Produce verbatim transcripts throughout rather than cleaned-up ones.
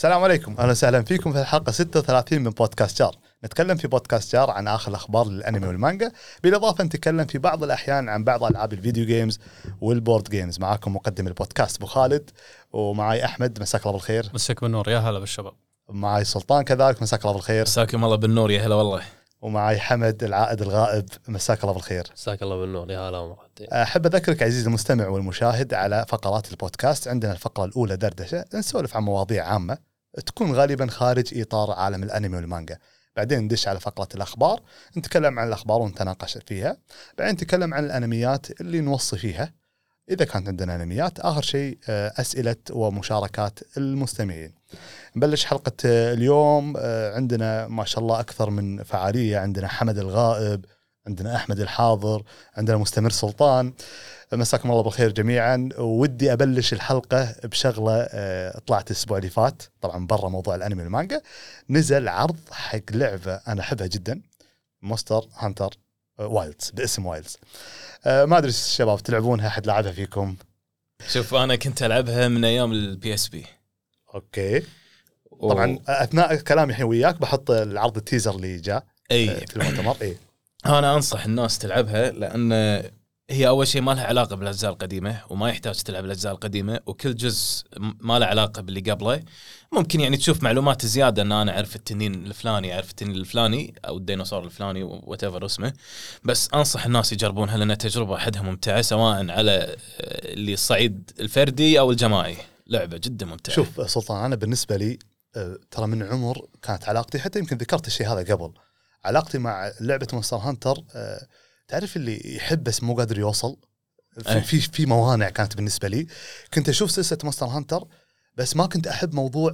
السلام عليكم، أهلا وسهلا فيكم في الحلقة ستة وثلاثين من بودكاست جار. نتكلم في بودكاست جار عن آخر الأخبار للأنمي والمانجا، بالإضافة نتكلم في بعض الأحيان عن بعض ألعاب الفيديو جيمز والبورد جيمز. معكم مقدم البودكاست أبو خالد، ومعي أحمد مساك الله بالخير. مساك بالنور، يا هلا بالشباب. معي سلطان كذلك، مساك الله بالخير. مساكم الله بالنور، يا هلا والله. ومعي حمد العائد الغائب، مساك الله بالخير. مساك الله بالنور، يا هلا ومرحبا. أحب أذكرك عزيزي المستمع والمشاهد على فقرات البودكاست. عندنا الفقرة الأولى دردشة، نسولف عن مواضيع عامة تكون غالبا خارج إطار عالم الأنمي والمانجا. بعدين ندش على فقرة الأخبار، نتكلم عن الأخبار ونتناقش فيها. بعدين نتكلم عن الأنميات اللي نوصي فيها إذا كانت عندنا أنميات. آخر شيء أسئلة ومشاركات المستمعين. نبلش حلقة اليوم. عندنا ما شاء الله أكثر من فعالية. عندنا حمد الغائب، عندنا أحمد الحاضر، عندنا مستمر سلطان. مساكم الله بالخير جميعا. ودي أبلش الحلقة بشغلة طلعت الأسبوع اللي فات، طبعا برا موضوع الأنمي والمانجا. نزل عرض حق لعبة أنا أحبها جدا، مونستر هانتر وايلدز، باسم وايلدز. ما أدري الشباب تلعبونها، حد لعبها فيكم؟ شوف أنا كنت ألعبها من أيام البي اس بي. أوكي. طبعا أثناء كلامي الحين وياك بحط العرض التيزر اللي جاء أي في المؤتمر. أي أنا أنصح الناس تلعبها، لأن هي أول شيء ما لها علاقة بالأجزاء القديمة، وما يحتاج تلعب الأجزاء القديمة، وكل جزء ما له علاقة باللي قبله. ممكن يعني تشوف معلومات زيادة، أن أنا أعرف التنين الفلاني، أعرف التنين الفلاني أو الديناصور الفلاني whatever اسمه. بس أنصح الناس يجربونها، لأنها تجربة حدها ممتعة، سواء على اللي الصعيد الفردي أو الجماعي. لعبة جدا ممتعة. شوف سلطان، أنا بالنسبة لي ترى من عمر كانت علاقتي، حتى يمكن ذكرت الشيء هذا قبل، علاقتي مع لعبة مونستر هانتر. تعرف اللي يحب بس مو قادر يوصل، في في, في موانع كانت بالنسبة لي. كنت أشوف سلسلة مونستر هانتر، بس ما كنت أحب موضوع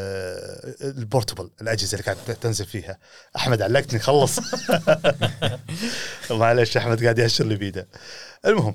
البورتبل، الأجهزة اللي كانت تنزل فيها. أحمد علقتني، خلص. معلش أحمد قاعد يهشر لي بيده. المهم،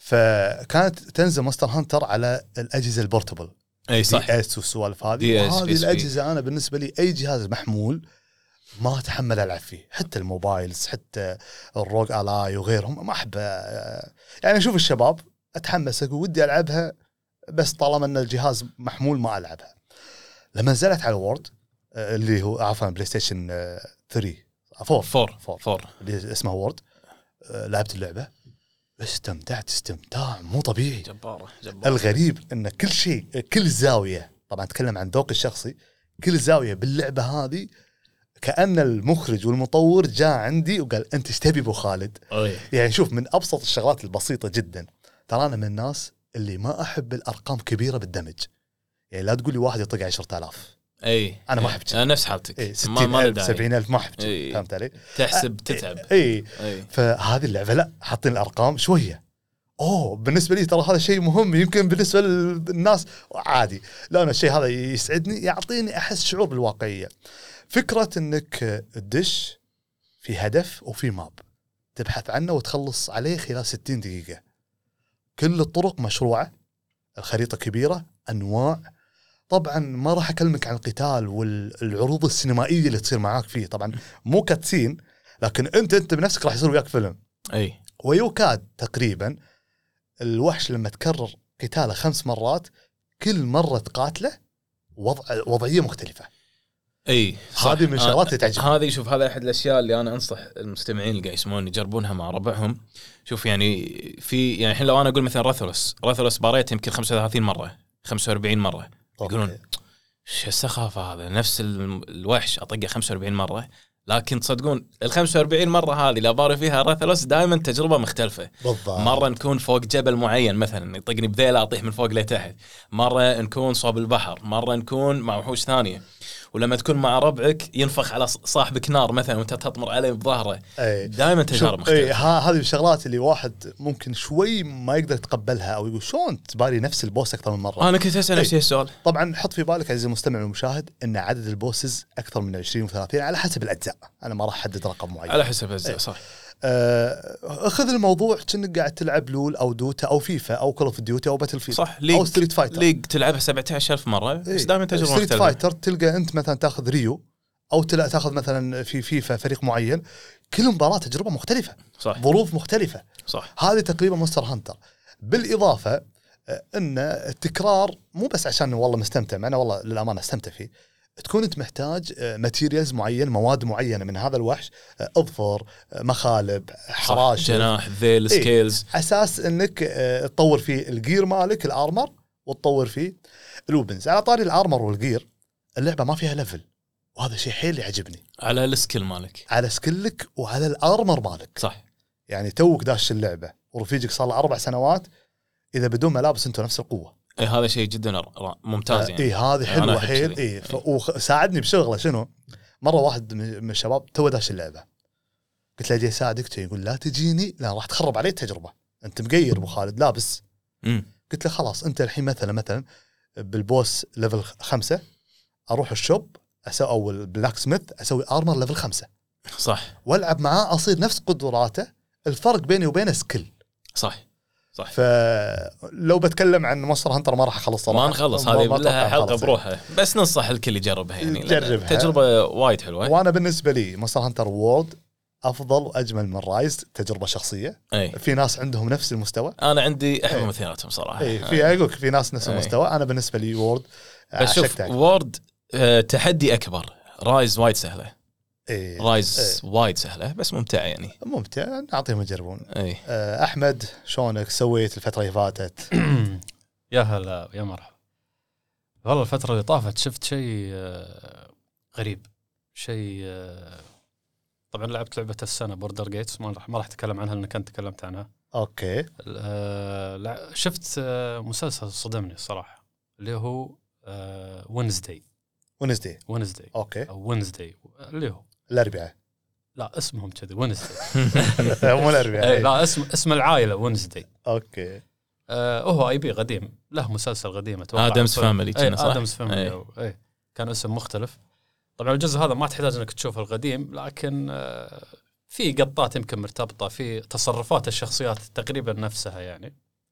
فكانت تنزل مونستر هانتر على الأجهزة البورتبل، اي صح، دي اس والسوالف هذه. وهذه الأجهزة أنا بالنسبة لي أي جهاز محمول ما أتحمل ألعب فيه، حتى الموبايلز، حتى الروج ألاي وغيرهم ما أحب. يعني أشوف الشباب أتحمس ودي ألعبها، بس طالما أن الجهاز محمول ما ألعبها. لما نزلت على وورد اللي هو عفوا بلاي ستيشن ثري فور فور فور, فور. اللي اسمه وورد، لعبت اللعبة، استمتعت استمتاع مو طبيعي. جبارة جبارة. الغريب أن كل شيء، كل زاوية، طبعا أتكلم عن ذوقي الشخصي، كل زاوية باللعبة هذه كأن المخرج والمطور جاء عندي وقال أنت ايش تبي أبو خالد. أوي. يعني شوف، من أبسط الشغلات البسيطة جدا. ترى أنا من الناس اللي ما أحب الأرقام كبيرة بالدمج. يعني لا تقولي واحد يطق عشرة آلاف، أي أنا ما أحب كذا. أنا نفس حالتك. إيه ستين ألف سبعين ألف ما أحب كذا. فهمت علي؟ تحسب تتعب. إيه. إيه. فهذه اللعبة لا، حاطين الأرقام شوية. أوه، بالنسبة لي ترى هذا شيء مهم، يمكن بالنسبة للناس عادي، لا أنا الشيء هذا يسعدني، يعطيني أحس شعور بالواقعية. فكرة أنك تدش في هدف وفي ماب تبحث عنه وتخلص عليه خلال ستين دقيقة، كل الطرق مشروعة، الخريطة كبيرة، أنواع. طبعا ما راح أكلمك عن القتال والعروض السينمائية اللي تصير معاك فيه، طبعا مو كاتسين، لكن أنت أنت بنفسك راح يصير وياك فيلم. أي. ويكاد تقريبا الوحش لما تكرر قتاله خمس مرات، كل مرة تقاتله وضع وضعية مختلفة. اي هذه من شغلات تعجب. هذه شوف، هذا احد الاشياء اللي انا انصح المستمعين اللي قاعد يسمعون يجربونها مع ربعهم. شوف يعني في يعني الحين لو انا اقول مثلا راثلوس راثلوس باريت يمكن خمسة وثلاثين مره خمسة وأربعين مره، يقولون ايش السخافه هذا، نفس الوحش اطقه خمسة وأربعين مره. لكن تصدقون ال خمسة وأربعين مره هذه لا باري فيها راثلوس دائما تجربه مختلفه. بالضبط. مره نكون فوق جبل معين مثلا يطقني بذيله اطيح من فوق لتحت، مره نكون صوب البحر، مره نكون مع وحوش ثانيه. ولما تكون مع ربعك ينفخ على صاحبك نار مثلا وانت تطمر عليه بظهره. دائما تجارب مختلفه. هذه الشغلات اللي واحد ممكن شوي ما يقدر يتقبلها، او يقول شلون تباري نفس البوس اكثر من مره. انا كنت اسال نفسي السؤال. طبعا حط في بالك عزيزي المستمع والمشاهد ان عدد البوسز اكثر من عشرين وثلاثين على حسب الاجزاء، انا ما راح احدد رقم معين على حسب الاجزاء. صح. اخذ الموضوع كأنك قاعد تلعب لول او دوتا او فيفا او كول اوف ديوتي او باتل فيلد او ستريت فايتر. ليج تلعبها سبعة عشر ألف مره. إيه. بس دائما تجربه ستريت مختلفه. فايتر تلقى انت مثلا تاخذ ريو او تاخذ مثلا في فيفا فريق معين، كل مباراه تجربه مختلفه. صح. ظروف مختلفه. صح. هذه تقريبا مونستر هانتر. بالاضافه ان التكرار مو بس عشان والله مستمتع معنا، والله للامانه استمتع فيه، تكون انت محتاج ماتيريالز معين، مواد معينه من هذا الوحش، اظفر، مخالب، حراش، جناح، ذيل، إيه، سكيلز، اساس انك تطور فيه الجير مالك، الارمر، وتطور فيه الوبنز. على طاري الارمر والجير، اللعبه ما فيها ليفل، وهذا شيء حيل يعجبني، على السكيل مالك، على سكلك وعلى الارمر مالك. صح. يعني توك داش اللعبه ورفيجك صار له اربع سنوات، اذا بدون ملابس انتوا نفس القوه. إيه هذا شيء جدا ممتاز يعني. اي هذه حلوه حيل. اي وساعدني بشغله شنو، مره واحد من الشباب تو داش اللعبه، قلت له اجي اساعدك، يقول لا تجيني، لا راح تخرب علي التجربه، انت مقير ابو خالد لابس. امم قلت له خلاص انت الحين مثلا مثلا بالبوس ليفل خمسة اروح الشوب اسوي، او البلاك سميث اسوي ارمر ليفل خمسة، صح، والعب معاه اصير نفس قدراته، الفرق بيني وبينه سكيل. صح صح. فلو بتكلم عن مونستر هانتر ما راح اخلص صراحه، ما نخلص، هذه لها حلقه بروحها، بس ننصح الكل يجربها يعني، جربها، تجربه وايد حلوه. وانا بالنسبه لي مونستر هانتر وورد افضل واجمل من رايز، تجربه شخصيه. أي. في ناس عندهم نفس المستوى، انا عندي احب مثيراتهم صراحه. اي في اقولك في ناس نفس المستوى. انا بالنسبه لي وورد، بس شوف وورد آه تحدي اكبر، رايز وايد سهله. إيه. رايز إيه. وايد سهله بس ممتعه يعني، ممتع، نعطيهم يجربون. اي. آه احمد شلونك سويت الفتره اللي فاتت؟ يا هلا يا مرحبا. والله الفتره اللي طافت شفت شيء آه غريب، شيء آه طبعا لعبت لعبه السنه بوردر جيتس، ما راح ما راح اتكلم عنها لانك انت تكلمت عنها. اوكي. آه شفت آه مسلسل صدمني الصراحه، اللي هو آه وينزداي. وينزداي وينزداي اوكي، او وينزداي اللي هو الاربعاء. لا اسمهم كذي وينزداي. مو الاربعاء. لا اسم اسم العائله وينزداي. اوكي. آه هو اي بي قديم، له مسلسل قديم اتوقع، ادمز فاميلي كان صح. ادمز فاميلي اي كان اسم مختلف. طبعا الجزء هذا ما تحتاج انك تشوف القديم، لكن آه في قطات يمكن مرتبطه في تصرفات الشخصيات تقريبا نفسها يعني.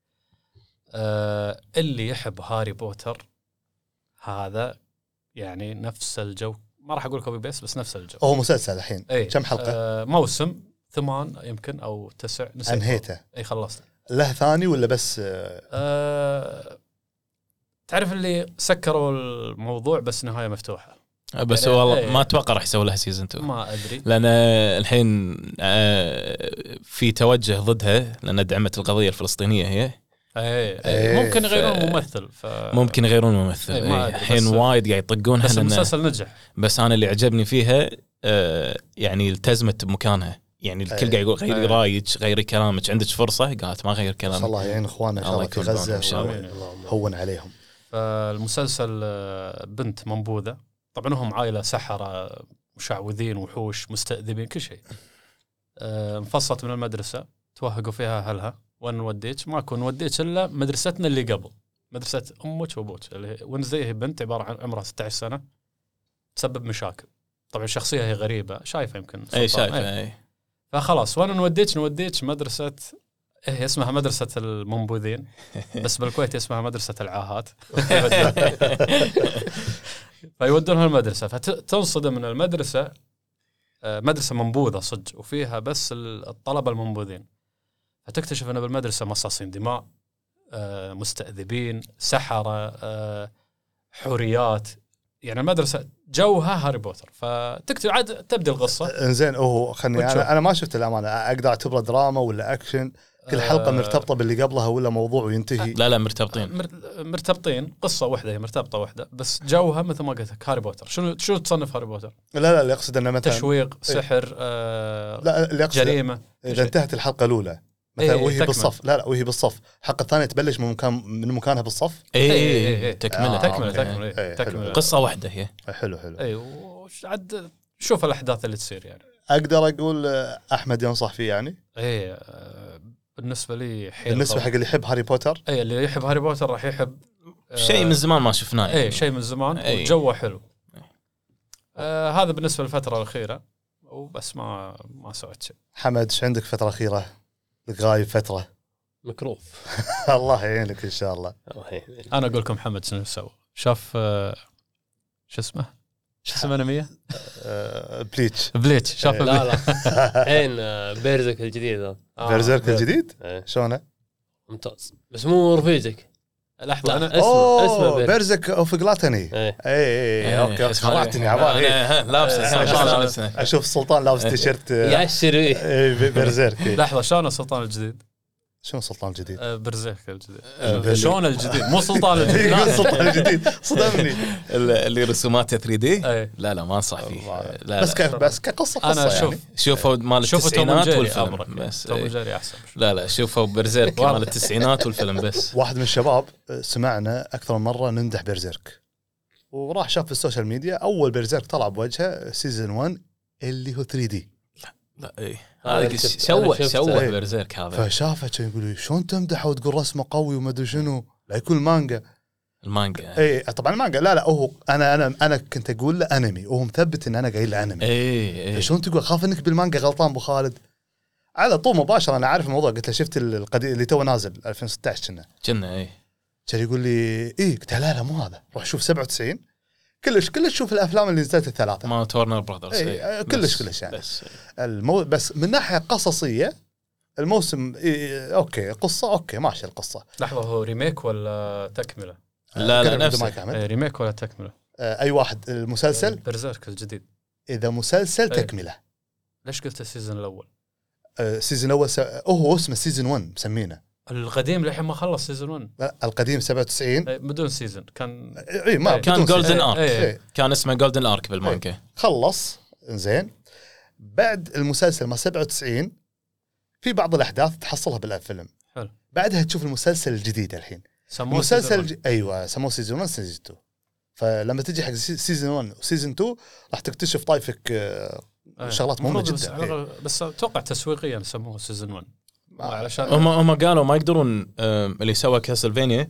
آه اللي يحب هاري بوتر هذا يعني نفس الجو، ما راح اقول كوبي بيس بس نفس الجو. هو مسلسل الحين كم حلقه؟ آه موسم ثمان يمكن او تسع، نسيت. انهيته؟ اي خلصت. له ثاني ولا بس؟ آه آه تعرف اللي سكروا الموضوع بس نهايه مفتوحه. بس يعني والله ايه ما اتوقع راح يسوي لها سيزون اثنين، ما ادري، لان الحين في توجه ضدها، لان دعمت القضيه الفلسطينيه هي. ايه ايه ممكن يغيرون الممثل، ف... ممكن يغيرون الممثل. ايه الحين وايد قاعد يطقونها، بس المسلسل نجح. بس انا اللي عجبني فيها آه يعني التزمت بمكانها، يعني الكل قاعد يقول غيري ايه. رايك، غيري كلامك، عندك فرصه، قالت ما غير كلامي. الله يعين اخواننا في غزه، هون عليهم. فالمسلسل بنت منبوذه، طبعا هم عائله سحره مشعوذين وحوش مستأذبين كل شيء. انفصلت من المدرسه، توهقوا فيها اهلها، وين نوديك؟ ماكو نوديك الا مدرستنا اللي قبل، مدرسه امك وابوك. اللي وينزداي هي بنت عباره عن عمرها ستة عشر سنه، تسبب مشاكل. طبعا الشخصيه هي غريبه، شايفه يمكن اي شايفه اي. فخلاص وين نوديك؟ نوديك مدرسه هي اسمها مدرسة المنبوذين، بس بالكويت اسمها مدرسة العاهات. فيودونها المدرسة، فتنصدم من المدرسة، مدرسة منبوذة صدق، وفيها بس الطلبة المنبوذين. فتكتشف أن بالمدرسة مصاصين دماء، مستأذبين، سحرة، حوريات، يعني المدرسة جوها هاري بوتر. فتكتب عاد تبدأ القصة. انزين هو خلني انا انا ما شفت الامانه، اقدر اعتبره دراما ولا اكشن؟ كل حلقه مرتبطه باللي قبلها ولا موضوع وينتهي؟ لا لا مرتبطين، مرتبطين، قصه واحده هي مرتبطه واحده، بس جوها مثل ما قلت لك هاري بوتر. شنو شنو تصنف هاري بوتر؟ لا لا اللي اقصد انه مثلا تشويق، سحر، آه لا اللي اقصد جريمه. اذا انتهت الحلقه الاولى مثلا إيه وهي تكمل. بالصف، لا لا وهي بالصف، الحلقه الثانيه تبلش من مكان من مكانها بالصف. اي اي تكمله آه تكمله تكمله إيه تكمله قصه واحده هي. حلو حلو. اي وعد شوف الاحداث اللي تصير يعني. اقدر اقول احمد ينصح فيه يعني؟ اي بالنسبه لي حيل بالنسبه حق اللي يحب هاري بوتر، اي اللي يحب هاري بوتر راح يحب آه شيء من زمان ما شفناه يعني. اي شيء من زمان وجوه حلو. آه هذا بالنسبه للفتره الاخيره، وبس ما ما سويت شيء. حمد ايش عندك فتره اخيره؟ لك غايب فتره. مكروف. الله يعينك ان شاء الله. انا اقول لكم محمد شنو سوى؟ شاف آه شو اسمه شو اسمه انميه آه بليتش. بليتش شاف. لا لا الحين بيرزك الجديد هذا. بيرزيرك الجديد ايه شلونه؟ ممتاز، بس مو رفيجك. لحظه انا اسمه اوه اسمه بير- بيرزك اوف جلاتني. إيه. اي اي اوكي خرعتني عبالي. لابس اشوف السلطان لابس تيشيرت يعشر إيه، بيرزيرك. لحظه شلون السلطان الجديد؟ شنو السلطان الجديد؟ آه، برزيرك الجديد آه، شلون الجديد مو سلطان الجديد يقول لا. السلطان الجديد صدمني. اللي رسوماته ثري دي إيه. لا لا ما انصح فيه. لا بس لا. ك- بس كقصه قصه انا شوف يعني. شوفوا مال شوفوا توم التسعينات جيري والفيلم أبرك. بس. توم إيه. جيري احسن. لا لا شوفوا برزيرك مال التسعينات والفيلم بس. واحد من الشباب سمعنا اكثر من مره نمدح بيرزيرك، وراح شاف في السوشيال ميديا اول بيرزيرك طلع بوجهه سيزون واحد اللي هو ثري دي، لا ايه أنا هذا شفت- شوه أنا شفت- شوه إيه. برزيرك هذا فشافه كان يقول لي شلون تمدح وتقول رسمه قوي وما ادري شنو، لا يكون مانجا. المانجا. اي طبعا المانجا لا لا هو انا انا انا كنت اقول له انمي وهو مثبت ان انا قايل له انمي. ايه ايه شلون تقول خاف انك بالمانجا غلطان ابو خالد. على طول مباشره انا عارف الموضوع، قلت له شفت القديم اللي تو نازل ألفين وستة عشر كنا، كنا ايه كان يقول لي ايه، قلت له لا لا مو هذا، روح شوف سبعة وتسعين كلش كلش شوف الافلام اللي نزلت الثلاثه. ما تورنر براذرز. إيه، كلش كلش يعني. بس المو... بس من ناحيه قصصيه الموسم إيه اوكي قصه اوكي ماشي القصه. لحظه هو ريميك ولا تكمله؟ لا لا كلم نفسه. بدون ما يكمل. إيه، ريميك ولا تكمله؟ آه، اي واحد المسلسل برزيرك الجديد اذا مسلسل إيه. تكمله. ليش قلت السيزون الاول؟ آه، سيزون اول س... هو اسمه سيزون واحد مسمينه. القديم للحين ما خلص سيزون واحد. لا، القديم سبعة وتسعين إيه، بدون سيزون كان اي ما إيه. كان بدون جولدن سيزون. ارك. إيه. كان اسمه جولدن ارك بالمانجا. خلص زين. بعد المسلسل ما سبعة وتسعين في بعض الاحداث تحصلها بالفيلم. حلو. بعدها تشوف المسلسل الجديد الحين. سموه مسلسل سيزون ج... ايوه سموه سيزون واحد سيزون اثنين. فلما تجي حق سي- سيزون واحد وسيزون اثنين راح تكتشف طايفك آه، واحد. شغلات مهمه المفروض بس, جدا. على إيه. الأقل- بس اتوقع تسويقيا سموه سيزون واحد علشان هم هم قالوا ما يقدرون آم، اللي سوى كاسلفينيا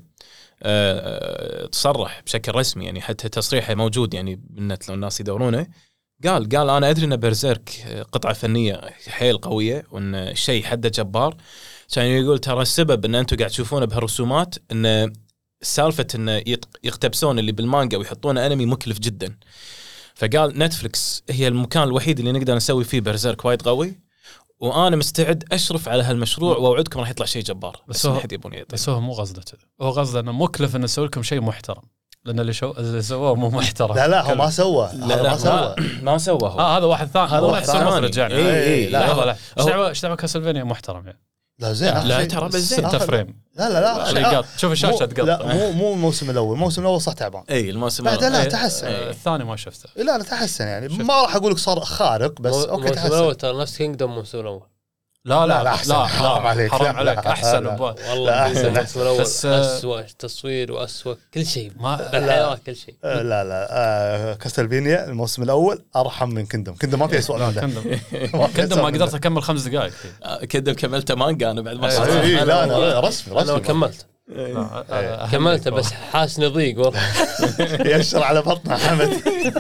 آه، تصرح بشكل رسمي يعني حتى تصريحه موجود يعني بالنت لو الناس يدورونه. قال قال انا ادري ان برزيرك قطعه فنيه حيل قويه وان الشيء حده جبار. كان يقول ترى السبب ان انتم قاعد تشوفونه بهالرسومات ان سالفه ان يط- يقتبسون اللي بالمانجا ويحطونه انمي مكلف جدا. فقال نتفلكس هي المكان الوحيد اللي نقدر نسوي فيه برزيرك وايد قوي، وانا مستعد اشرف على هالمشروع واوعدكم راح يطلع شيء جبار. بس بس هو- ما حد يبون يعطي. بس هو مو قصده كذا، هو قصده انه مكلف انه نسوي لكم شيء محترم، لان اللي شو اللي سووه مو محترم. لا لا هو ما سوى لا هذا لا ما سوى. ما سوى هو. اه هذا واحد ثاني، هذا هذا واحد واحد ثاني ثاني. رجعنا. إيه، إيه، لا، لحظه لا هو- ايش دعوه ايش دعوه كاسلفينيا محترم يعني لا زين لا أخي. ترى بس زين. ستة آخر- فريم لا لا لا شيء لا. قط. شوف الشاشه مو- تقطع. لا مو مو الموسم الاول، الموسم الاول صح تعبان. اي الموسم بعدها لا إيه، تحسن. آه، الثاني ما شفته. لا لا تحسن يعني ما راح اقول لك صار خارق بس اوكي موسم تحسن. الاول ترى نفس كينجدوم موسم الاول لا لا لا، لا، لا أحسن. لا حرام عليك. حرام لا، عليك لا، احسن لا. بوا- والله لا، في الموسم الاول بس، آه، اسوء تصوير واسوء كل شيء ما الحياه كل شيء. آه، لا لا آه كاستلفينيا الموسم الاول ارحم من كندوم. كندوم ما في اسوء من ده. كندم في كندم ما أسوأ من قدرت اكمل خمس دقائق فيه. آه، كذا كملته مانجا انا بعد ما ده. صار. إيه، إيه، لا أنا- انا رسمي انا رسمي كملت لا، آه، كملت أهم بس حاسني ضيق والله. يشر على بطنه حمد.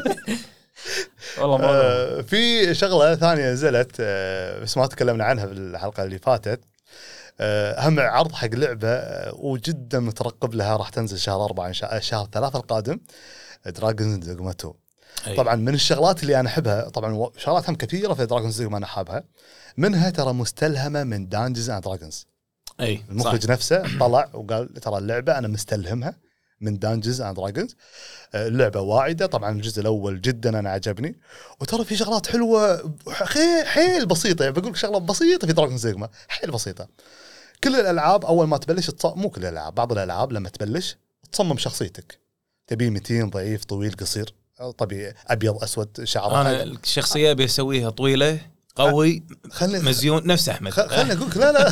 والله ما آه، في شغله ثانيه نزلت آه، بس ما تكلمنا عنها بالحلقه اللي فاتت. آه، هم عرض حق لعبه آه، وجدا مترقب لها، راح تنزل شهر أربعة إن شاء شهر ثلاثة القادم. دراجونز دوغما تو. أي. طبعا من الشغلات اللي انا احبها، طبعا و- شغلات هم كثيره في دراجونز دوغما انا حابها، منها ترى مستلهمه من دانجز اند دراجونز. اي المخرج صح. نفسه طلع وقال ترى اللعبه انا مستلهمها من دانجز اند دراجونز. اللعبه واعده طبعا، الجزء الاول جدا انا عجبني، وترى في شغلات حلوه حي- حيل بسيطه، يعني بقول لك شغله بسيطه في دراجونز دوغما حيل بسيطه. كل الالعاب اول ما تبلش تص... مو كل الالعاب، بعض الالعاب لما تبلش تصمم شخصيتك، تبي متين ضعيف طويل قصير طبيعي ابيض اسود شعره. انا الشخصيه بيسويها طويله قوي خلني مزيون نفس احمد. خ- خلني اقول لك لا لا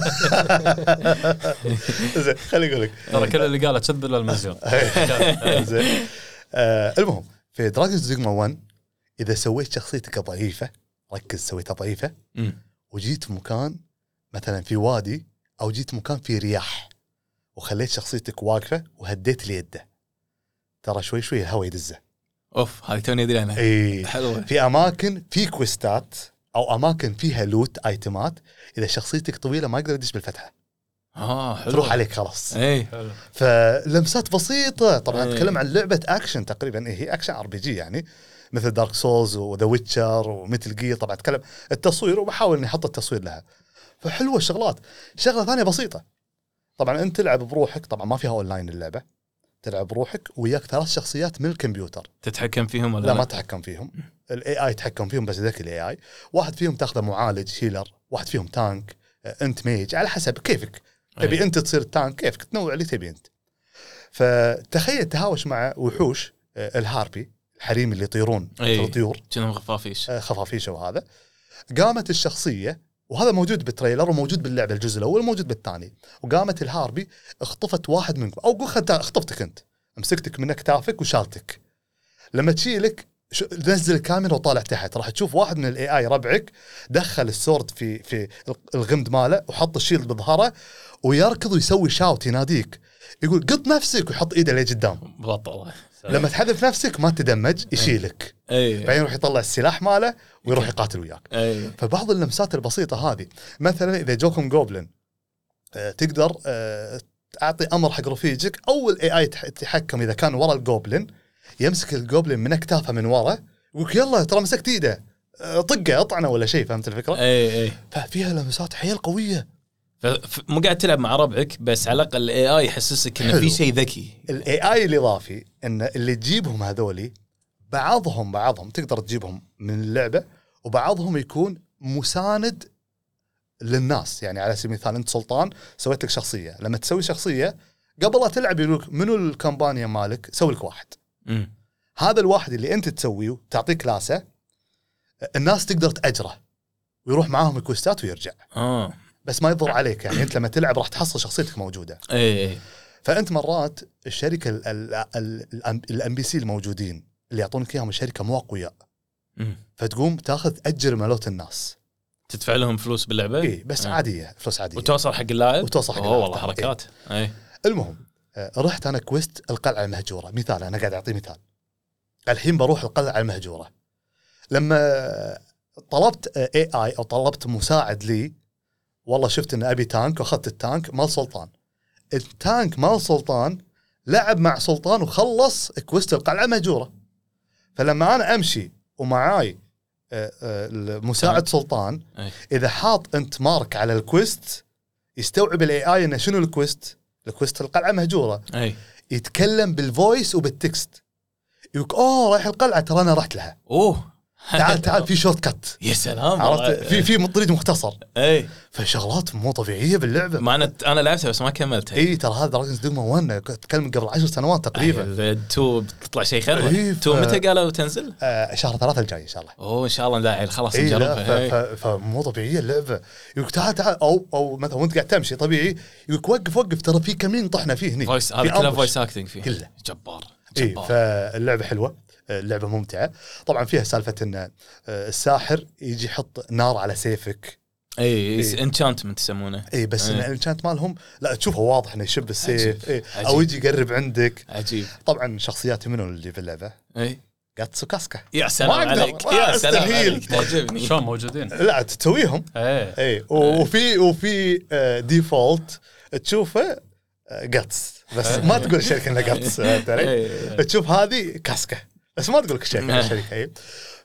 زين خليني اقول لك ترى كل اللي قاله كذب الا المزيون. زين آه المهم في دراجونز دوغما واحد اذا سويت شخصيتك ضعيفه، ركز سويتها ضعيفه مم. وجيت في مكان مثلا في وادي او جيت مكان في رياح وخليت شخصيتك واقفه وهديت اليده، ترى شوي شوي الهواء يدزه. اوف هاي توني ادري عنها. اي حلوه. في اماكن في كويستات او اماكن فيها لوت ايتمات، اذا شخصيتك طويله ما يقدر يدش بالفتحه، اه حلو. تروح عليك خلاص. اي فلمسات بسيطه طبعا. إيه. نتكلم عن لعبه اكشن تقريبا، إيه هي اكشن ار بي جي يعني مثل دارك سولز وذا ويتشر ومثل جير. طبعا اتكلم التصوير وبحاول اني احط التصوير لها، فحلوه الشغلات. شغله ثانيه بسيطه، طبعا انت تلعب بروحك، طبعا ما فيها اونلاين اللعبه، تلعب بروحك وياك ثلاث شخصيات من الكمبيوتر. تتحكم فيهم ولا لا لا؟ ما تتحكم فيهم، الاي اي يتحكم فيهم بس ذاك الاي اي. واحد فيهم تاخذه معالج هيلر، واحد فيهم تانك، انت ميج، على حسب كيفك تبي أي. انت تصير التانك، كيفك تنوع اللي تبي انت. فتخيل تهاوش مع وحوش الهاربي، الحريم اللي يطيرون أي. الطيور كأنهم خفافيش. خفافيشه. وهذا قامت الشخصيه، وهذا موجود بالتريلر وموجود باللعبه الجزء الاول وموجود بالثاني. وقامت الهاربي اخطفت واحد منكم، او قول خدت اخطفتك انت، مسكتك من اكتافك وشالتك. لما تشيلك نزل الكاميرا وطالع تحت، راح تشوف واحد من الاي اي ربعك دخل السورد في في الغمد ماله وحط الشيلد بظهره ويركض ويسوي شاوت يناديك، يقول قط نفسك ويحط ايده ليه قدام. بطل. لما تحذف نفسك ما تدمج يشيلك، اي بعدين يروح يطلع السلاح ماله ويروح يقاتل وياك. اي فبعض اللمسات البسيطه هذه، مثلا اذا جوكم جوبلن أه تقدر أه تعطي امر حق رفيجك، او الاي اي يتحكم اذا كان ورا الجوبلن، يمسك الجوبلن من اكتافه من ورا ويقول يلا ترى مسكت ايده، أه طقه اطعنه ولا شيء. فهمت الفكره؟ اي اي. ففيها لمسات حيل قويه. مو قاعد تلعب مع ربعك بس على الاقل الاي اي يحسسك انه في شيء ذكي. الاي اي الاضافي ان اللي تجيبهم هذولي بعضهم بعضهم تقدر تجيبهم من اللعبه، وبعضهم يكون مساند للناس. يعني على سبيل المثال انت سلطان سويت لك شخصيه، لما تسوي شخصيه قبل لا تلعب يقولك منو الكامبانيا مالك، سوي لك واحد. م. هذا الواحد اللي انت تسويه تعطيك كلاسه، الناس تقدر تاجره ويروح معاهم الكوستات ويرجع. اه بس ما يضر عليك، يعني انت لما تلعب راح تحصل شخصيتك موجوده. اي اي. فانت مرات الشركه الام بي سي الموجودين اللي يعطونك اياهم الشركه مو اقوياء، م. فتقوم تاخذ اجر مالوت الناس. تدفع لهم فلوس باللعبه؟ اي بس آه. عاديه، فلوس عاديه، وتوصل حق اللاعب. وتوصل حق اوه اللاعب والله طبعاً. حركات. اي المهم آه، رحت انا كويست القلعه المهجوره، مثال انا قاعد اعطي مثال. الحين بروح القلعه المهجوره، لما طلبت اي اي او طلبت مساعد لي، والله شفت ان ابي تانك واخذت التانك مال سلطان. التانك مال سلطان لعب مع سلطان وخلص كويست القلعه المهجوره. فلما انا امشي ومعاي آه، آه، المساعد سلطان، أي. اذا حاط انت مارك على الكويست يستوعب الاي اي انه شنو الكويست، الكويست القلعه مهجوره، اي. يتكلم بالفويس وبالتكست، يقول اوه رايح القلعه ترى انا رحت لها، اوه تعال تعال في شورت كت، يا سلام. عرفت، في في طريق مختصر. اي. فشغلات مو طبيعيه باللعبه. ما انا انا لعبتها بس ما كملتها. اي ترى هذا دراجونز دوغما واحد تتكلم قبل عشر سنوات تقريبا. تو بتطلع شيء خير. إيه، تو ف- متى قالوا تنزل؟ آه شهر ثلاثة الجاي ان شاء الله. اوه ان شاء الله لا خلاص اي لا نجربها. إيه. ف- ف- فمو طبيعيه اللعبه. يقول تعال تعال، او او مثلا وانت قاعد تمشي طبيعي يقول وقف وقف ترى في كمين طحنا فيه هني. فويس في هذا كله أمبوش. فويس اكتنج فيه كله. جبار اي جبار. فاللعبه حلوه، اللعبه ممتعه. طبعا فيها سالفه ان آه، الساحر يجي يحط نار على سيفك. اي إيه. انشانتمنت يسمونه. اي بس إيه. ان الانشانت مالهم لا تشوفه واضح انه يشب السيف. عجيب. إيه. عجيب. او يجي يقرب عندك. عجيب. طبعا شخصيات منو اللي في اللعبه؟ اي جاتسو كاسكا. يا ما سلام أقدر، عليك ما يا سلام أستهيل. عليك تعجبني. شلون موجودين؟ لا تسويهم. ايه اي وفي وفي آه، ديفولت تشوفه آه، جاتس، بس ما تقول الشركه انها جاتس. إيه. تشوف هذه كاسكا بس ما تقول لك الشركه إنها شركه. إيه.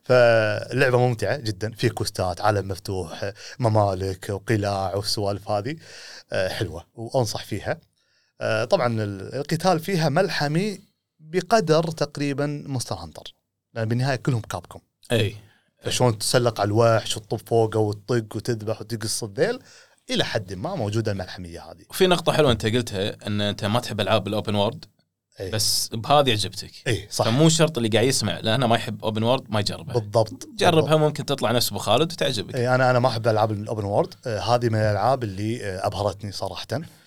فاللعبه ممتعه جدا، في كوستات، عالم مفتوح، ممالك وقلاع والسوالف هذه آه، حلوه وانصح فيها. آه، طبعا القتال فيها ملحمي بقدر تقريبا مونستر هانتر، لان بالنهايه كلهم كابكم. اي فشلون تسلق على الوحش وتطب فوقه وتطق وتذبح وتقص الذيل، الى حد ما موجوده الملحميه هذه. وفي نقطة حلوة أنت قلتها أن أنت ما تحب ألعاب الأوبن وورد أي. بس بهذه عجبتك. اي صح فمو شرط اللي قاعد يسمع لأنه ما يحب أوبن وورد ما يجربها. بالضبط. جربها ممكن تطلع نفس أبو خالد وتعجبك. اي انا انا ما احب العاب الاوبن وورد. آه هذه من الالعاب اللي آه ابهرتني صراحه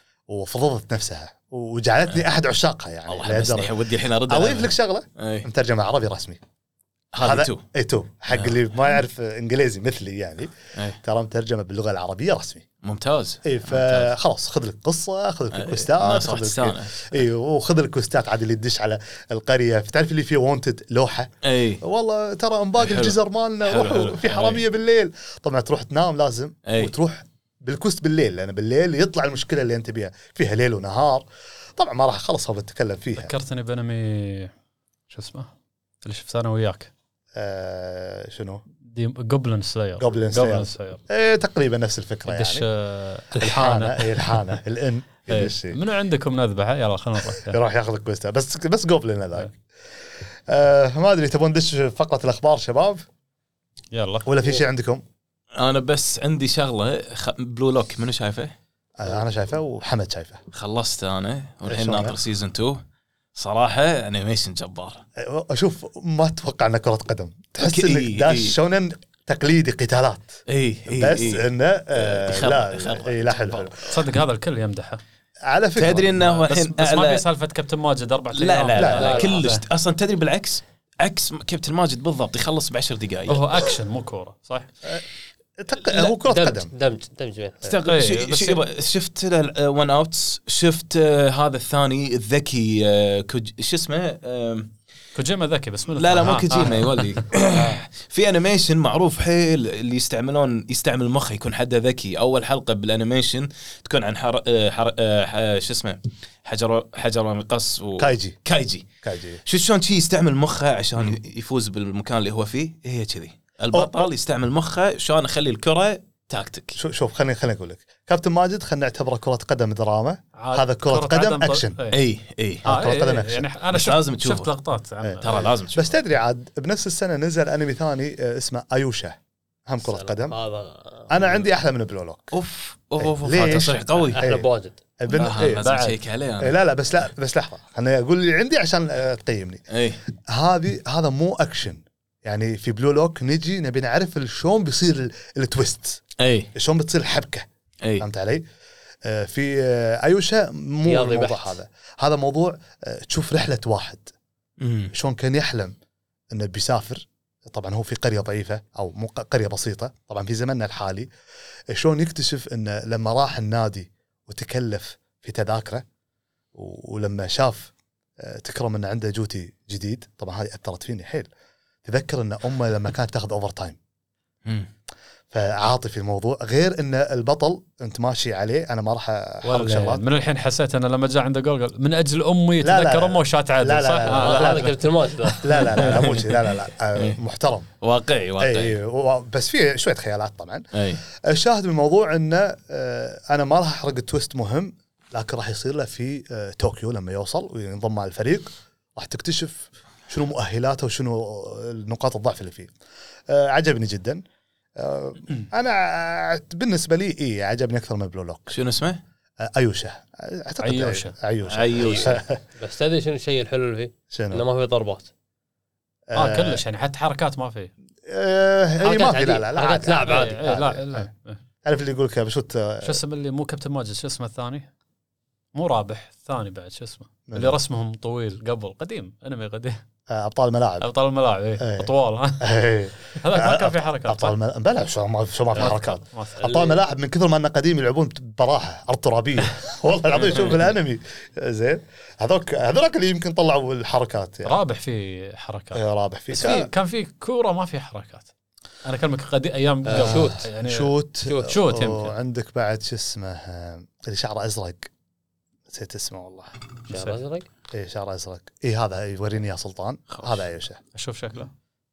وفضلت نفسها وجعلتني احد عشاقها. يعني الله حمسني ودي الحين أرد اضيف عليها. لك شغله أي. مترجمه عربي رسمي. هذا تو. اي تو حق اللي ما يعرف انجليزي مثلي يعني. أي. ترى مترجمه باللغه العربيه رسمي. ممتاز. اي فخلاص خذ لك قصه، خذ لك الكوستات، الناس راح خذ لك تستانس. اي وخذ الكوستات عاد اللي تدش على القريه. فتعرف اللي فيه وونتد لوحه، اي والله ترى انباق حلو. الجزر مالنا حلو، روحوا حلو. في حراميه بالليل. طبعا تروح تنام لازم أي. وتروح بالكوست بالليل، لان بالليل يطلع المشكله اللي انت بيها، فيها ليل ونهار. طبعا ما راح اخلصها بتكلم فيها. ذكرتني بانمي شو اسمه اللي شفت انا وياك، آه شنو جوبلن سلاير. Goblin Slayer. جوبلن سلاير ايه تقريبا نفس الفكره قديش يعني. آه، الحانه الحانه اي الحانه الان إيه. يدش منو عندكم نذبحه يلا خلينا نروح. يروح ياخذ الكويستا بس بس قبلنا ذاك. آه ما ادري تبون ندش فقره الاخبار شباب يلا ولا في شيء عندكم؟ انا بس عندي شغله خ... بلو لوك منو شايفه؟ آه انا شايفه وحمد شايفه. خلصت انا والحين شلون؟ ناطر سيزون اثنين. صراحه انيميشن جبار. اشوف ما اتوقع انه كره قدم، تحس إيه، انك إيه. داش شونن تقليدي قتالات اي اي بس إيه. انه آه يخرب- لا يخرب. إيه لا حلو حلو. صدق هذا الكل يمدحه. على فكره تدري انه هو بس, الحين بس ما أعلى- في سالفه كابتن ماجد اربع لا لا لا, لا, لا، لا كلش اصلا تدري بالعكس عكس كابتن ماجد بالضبط يخلص بعشر دقائق. هو اكشن مو كوره صح؟ تق... هو كره دمج قدم. دمج دمج بين استغرب إيه، شي- بس- شي- يبا، شفت ون اوتس شفت آه، هذا الثاني الذكي آه، كوج- شو اسمه آم، كوجيما ذكي بس منو لا لا مو آه، كوجيما آه. يولي في انيميشن معروف حيل اللي يستعملون يستعمل مخه يكون حده ذكي. اول حلقه بالانيميشن تكون عن حر... آه، حر... آه، ح- شو اسمه حجر حجر مقص و... كايجي كايجي كايجي شو شلون شي يستعمل مخه عشان يفوز بالمكان اللي هو فيه. هي كذي البطل يستعمل مخه شلون يخلي الكره تاكتيك. شوف شوف خليني خليني اقول لك كابتن ماجد خلينا نعتبره كره قدم دراما، عاد هذا كرة قدم ط- أكشن. إيه. اي اي آه، كرة إيه، قدم إيه، أكشن. يعني انا بس شفت لازم تشوفه. شفت لقطات عنه. ترى لازم تشوف. بس تدري عاد بنفس السنه نزل انمي ثاني آه، اسمه ايوشا هم كره قدم. هذا انا عندي احلى من بلو لوك. اوف اوف اوف ليش؟ هذا تصريح قوي. احلى بواجد. البن... آه، إيه. لازم بعد. تشيك عليه إيه أنا. لا لا بس لا بس لحظه خليني اقول اللي عندي عشان آه، تقيمني. اي هذه هذا مو اكشن، يعني في بلو لوك نجي نبي نعرف شلون بيصير ال- التويست، اي شلون بتصير الحبكه. اي فهمت علي؟ آه، في آه، ايوشا مو رياضي الموضوع بحت. هذا. هذا موضوع آه، تشوف رحله واحد أمم. شلون كان يحلم انه بيسافر. طبعا هو في قريه ضعيفه او مو ق- قريه بسيطه طبعا في زمننا الحالي. شلون يكتشف انه لما راح النادي وتكلف في تذاكره و- ولما شاف آه، تكرم انه عنده جوتي جديد. طبعا هذه اثرت فيني حيل. تذكر ان امه لما كانت تاخذ اوفر تايم، أمم. فعاطي في الموضوع. غير ان البطل انت ماشي عليه، انا ما راح احرق والله شغلات. من الحين حسيت انا لما جاء عنده جول قال من اجل امي لا، لا، يتذكر لا. امه وشات عادل لا، لا، صح؟ لا، آه. لا. هذا كابتن ماجد. لا لا لا, لا مو شي، لا لا لا آه، إيه. محترم. واقعي واقعي. اي و- بس في شويه خيالات طبعا. اي الشاهد بالموضوع انه آه، انا ما راح احرق التويست مهم، لكن راح يصير له في آه، طوكيو لما يوصل وينضم مع الفريق. راح تكتشف شنو مؤهلاته وشنو نقاط الضعف اللي فيه. آه، عجبني جدا. آه، انا ع- بالنسبه لي اي عجبني اكثر من بلو لوك. شنو اسمه؟ آه، ايوشا اعتقد عيوشة. عيوشة عيوشة. بس تدري شنو الشيء الحلو اللي فيه؟ انه شنو ما في ضربات. اه كلش يعني حتى حركات ما في. آه، اي ما في لا لا لا حركات عادي. لاعب عادي. إيه، إيه، لا لا إيه. عارف اللي يقول لك بشوت آه، شو اسمه اللي مو كابتن ماجد شو اسمه الثاني؟ مو رابح الثاني بعد شو اسمه؟ من؟ اللي رسمهم طويل قبل قديم انمي قديم آه، ابطال الملاعب. ابطال الملاعب إيه. ايه اطوال ها إيه. هذاك ما كان في حركات ابطال الملاعب بلا شو ما شو ما في حركات. ما في. ابطال الملاعب من كثر ما انه قديم يلعبون براحه ارض ترابيه. والله العظيم شوف الانمي زين. هذوك هذوك اللي يمكن طلعوا الحركات يعني. رابح في حركات إيه، رابح في بس في كان في كوره ما في حركات. انا اكلمك قديم ايام قبل. شوت. يعني شوت شوت. شوت يمكن. وعندك بعد شو اسمه آه، اللي شعره ازرق نسيت اسمه والله. شعر ازرق. اي شعره ازرق. اي هذا يوريني يا سلطان. هذا ايوشا. اشوف شكله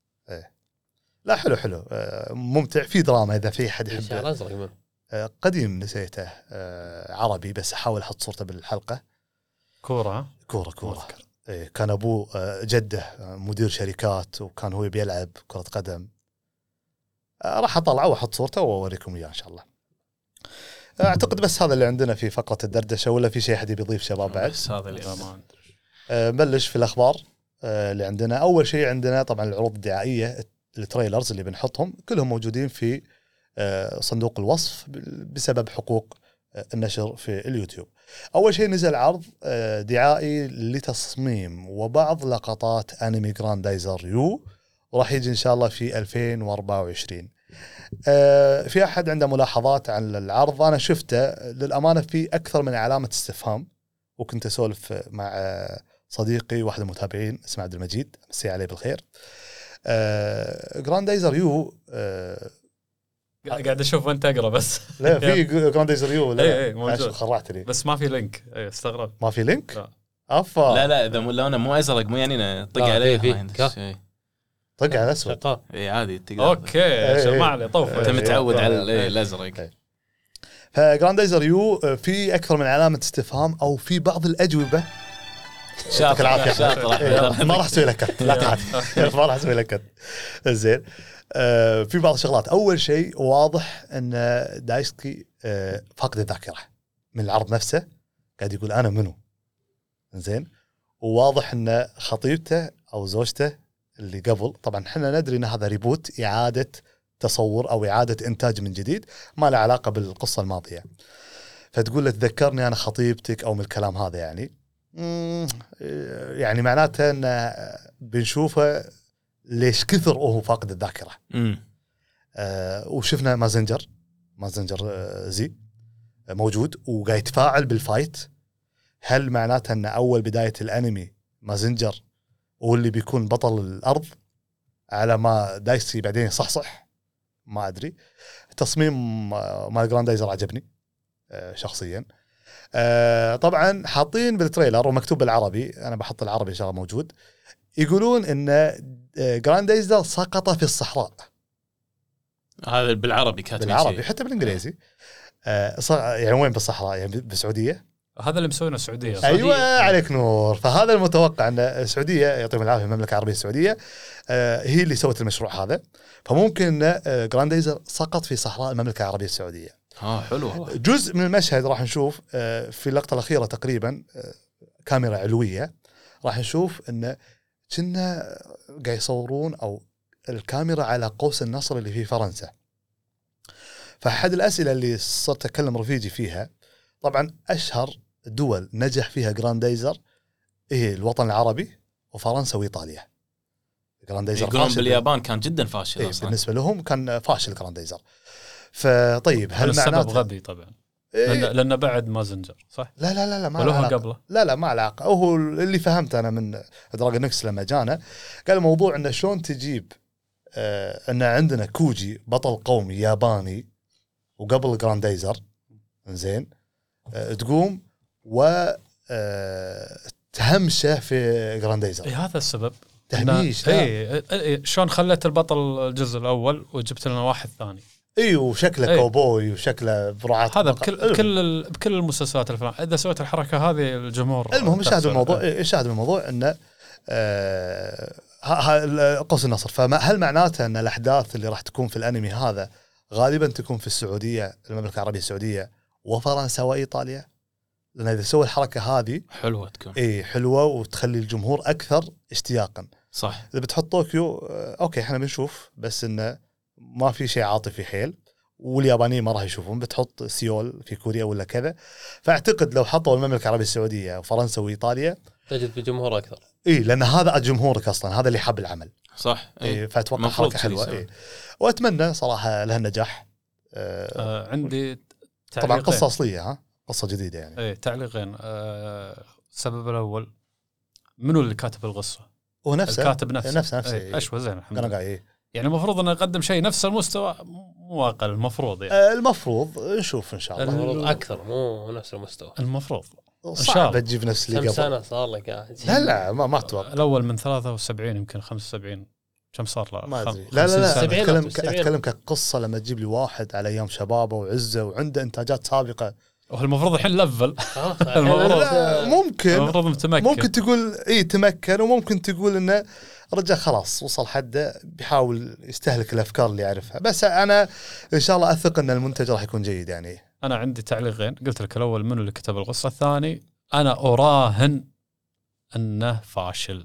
لا حلو حلو آه، ممتع. في دراما اذا في حد يحب. شعر ازرق من آه، قديم نسيته آه، عربي بس احاول احط صورته بالحلقه. كوره ها كوره كوره إيه، كان ابوه آه، جده آه، مدير شركات وكان هو بيلعب كره قدم. آه، راح اطلعه واحط صورته واوريكم اياه ان شاء الله. آه، اعتقد بس هذا اللي عندنا في فقره الدردشه، ولا في شيء احد يضيف شباب بعد؟ بس هذا اللي لا، ما أدري. آه، نبلش في الاخبار آه، اللي عندنا. اول شيء عندنا طبعا العروض الدعائيه، التريلرز اللي بنحطهم كلهم موجودين في آه، صندوق الوصف بسبب حقوق آه، النشر في اليوتيوب. اول شيء نزل عرض آه، دعائي لتصميم وبعض لقطات انمي جراندايزر يو، وراح يجي ان شاء الله في ألفين وأربعة وعشرين. آه، في احد عنده ملاحظات عن العرض؟ انا شفته للامانه في اكثر من علامه استفهام، وكنت اسولف مع آه، صديقي واحد من المتابعين اسمه عبد المجيد، مسي عليه بالخير. آه، جراندايزر يو آه، قاعد اشوف وانت تقرا بس لا في جراندايزر يو لا إيه، إيه، موجود. خرعتني. بس ما في لينك اي استغرب. ما في لينك لا. افا لا لا اذا مو لونه مو ازرق مو يعني طق لا، عليه في- ما عندك في. شيء. طق على اسود. شقاء. اي عادي تقدر. اوكي إيه، شو إيه. ما عليه طوف انت إيه. متعود على إيه. إيه، الازرق. إيه. فجراندايزر يو في اكثر من علامه استفهام او في بعض الاجوبه. يعطيك العافيه. شاطر. ما راح اسوي لك كت، لا تخاف ما راح اسوي لك كت. زين. آه في بعض الشغلات. اول شيء واضح ان دايسكي آه فاقد الذاكره من العرض نفسه، قاعد يقول انا منو. زين. وواضح ان خطيبته او زوجته اللي قبل، طبعا احنا ندري ان هذا ريبوت، اعاده تصور او اعاده انتاج من جديد، ما له علاقه بالقصه الماضيه. فتقول له تذكرني انا خطيبتك او من الكلام هذا، يعني يعني معناته ان بنشوفه ليش كثر وهو فاقد الذاكره. آه وشفنا مازنجر مازنجر آه زي موجود وقاعد يتفاعل بالفايت. هل معناته ان اول بدايه الانمي مازنجر هو اللي بيكون بطل الارض على ما دايسي بعدين يصحصح؟ ما ادري. تصميم مال جراندايزر عجبني آه شخصيا. آه طبعا حاطين بالتريلر ومكتوب بالعربي، انا بحط العربي ان شاء الله موجود، يقولون ان جراندايزر سقط في الصحراء. هذا بالعربي كاتب بالعربي شيء. حتى بالانجليزي. آه يعني وين بالصحراء؟ يعني بالسعوديه. هذا اللي مسوينه السعوديه. ايوه عليك نور. فهذا المتوقع ان السعوديه يعطيهم العافيه المملكه العربيه السعوديه آه هي اللي سوت المشروع هذا. فممكن ان جراندايزر سقط في صحراء المملكه العربيه السعوديه. اه حلو. جزء من المشهد راح نشوف آه في اللقطه الاخيره تقريبا آه كاميرا علويه، راح نشوف ان كنا قاعد يصورون او الكاميرا على قوس النصر اللي في فرنسا. فأحد الأسئلة اللي صرت أكلم رفيجي فيها، طبعا أشهر دول نجح فيها جراندايزر هي الوطن العربي وفرنسا وإيطاليا. جراندايزر فاشل باليابان كان جدا فاشل إيه بالنسبة لهم كان فاشل جراندايزر. فطيب هل معناته السبب غبي طبعا إيه؟ لأن, لأن بعد مازنجر صح؟ لا لا لا لا ما له قبله. لا لا ما علاقة. هو اللي فهمت أنا من دراجون إكس لما جانا قال الموضوع إنه شلون تجيب آه إن عندنا كوجي بطل قومي ياباني وقبل جراندايزر زين آه تقوم و آه تهمشه في جراندايزر. إيه هذا السبب تهميش. اي إيه شلون خلت البطل الجزء الاول وجبت لنا واحد ثاني. اي وشكله أيه. كوبوي وشكله برعات. هذا بكل بكل بكل المسلسلات الافلام اذا سويت الحركه هذه الجمهور. المهم الشاهد الموضوع الشاهد الموضوع انه آه قوس النصر. فهل معناته ان الاحداث اللي راح تكون في الانمي هذا غالبا تكون في السعوديه المملكه العربيه السعوديه وفرنسا وايطاليا؟ لان اذا سوى الحركه هذه حلوه تكون اي حلوه وتخلي الجمهور اكثر اشتياقا. صح. اذا بتحط طوكيو اوكي احنا بنشوف بس انه ما في شيء عاطفي حيل واليابانيين ما راح يشوفون. بتحط سيول في كوريا ولا كذا. فاعتقد لو حطوا المملكه العربيه السعوديه وفرنسا وايطاليا تجد بجمهور اكثر. اي لان هذا جمهورك اصلا، هذا اللي حب العمل. صح. اي فاتوقع حركه حلوه. اي واتمنى صراحه لها النجاح. آه آه عندي طبعا قصه اصليه ها قصه جديده يعني. اي تعليقين. آه السبب الاول منو اللي كاتب القصه؟ هو نفسه الكاتب نفسه نفسه نفسه ايه اشوى زين الحمد لله. إيه. يعني المفروض انه يقدم شيء نفس المستوى مو اقل المفروض يعني. آه المفروض نشوف ان شاء الله. المفروض اكثر مو نفس المستوى المفروض. صعب تجيب نفس اللي قبل. قبل. كم سنه صار لك قاعد؟ لا لا ما ما اتوقع. الاول من ثلاثة وسبعين يمكن خمسة وسبعين. كم صار له؟ ما ادري. لا لا لا اتكلم اتكلم كقصه لما تجيب لي واحد على ايام شبابه وعزه وعنده انتاجات سابقه. والمفروض الحين لفل. ممكن المفروض متمكن. ممكن تقول اي تمكن وممكن تقول انه رجع خلاص وصل حده بيحاول يستهلك الافكار اللي يعرفها. بس انا ان شاء الله اثق ان المنتج راح يكون جيد يعني. انا عندي تعليقين. قلت لك الاول منو اللي كتب القصه، الثاني انا اراهن انه فاشل.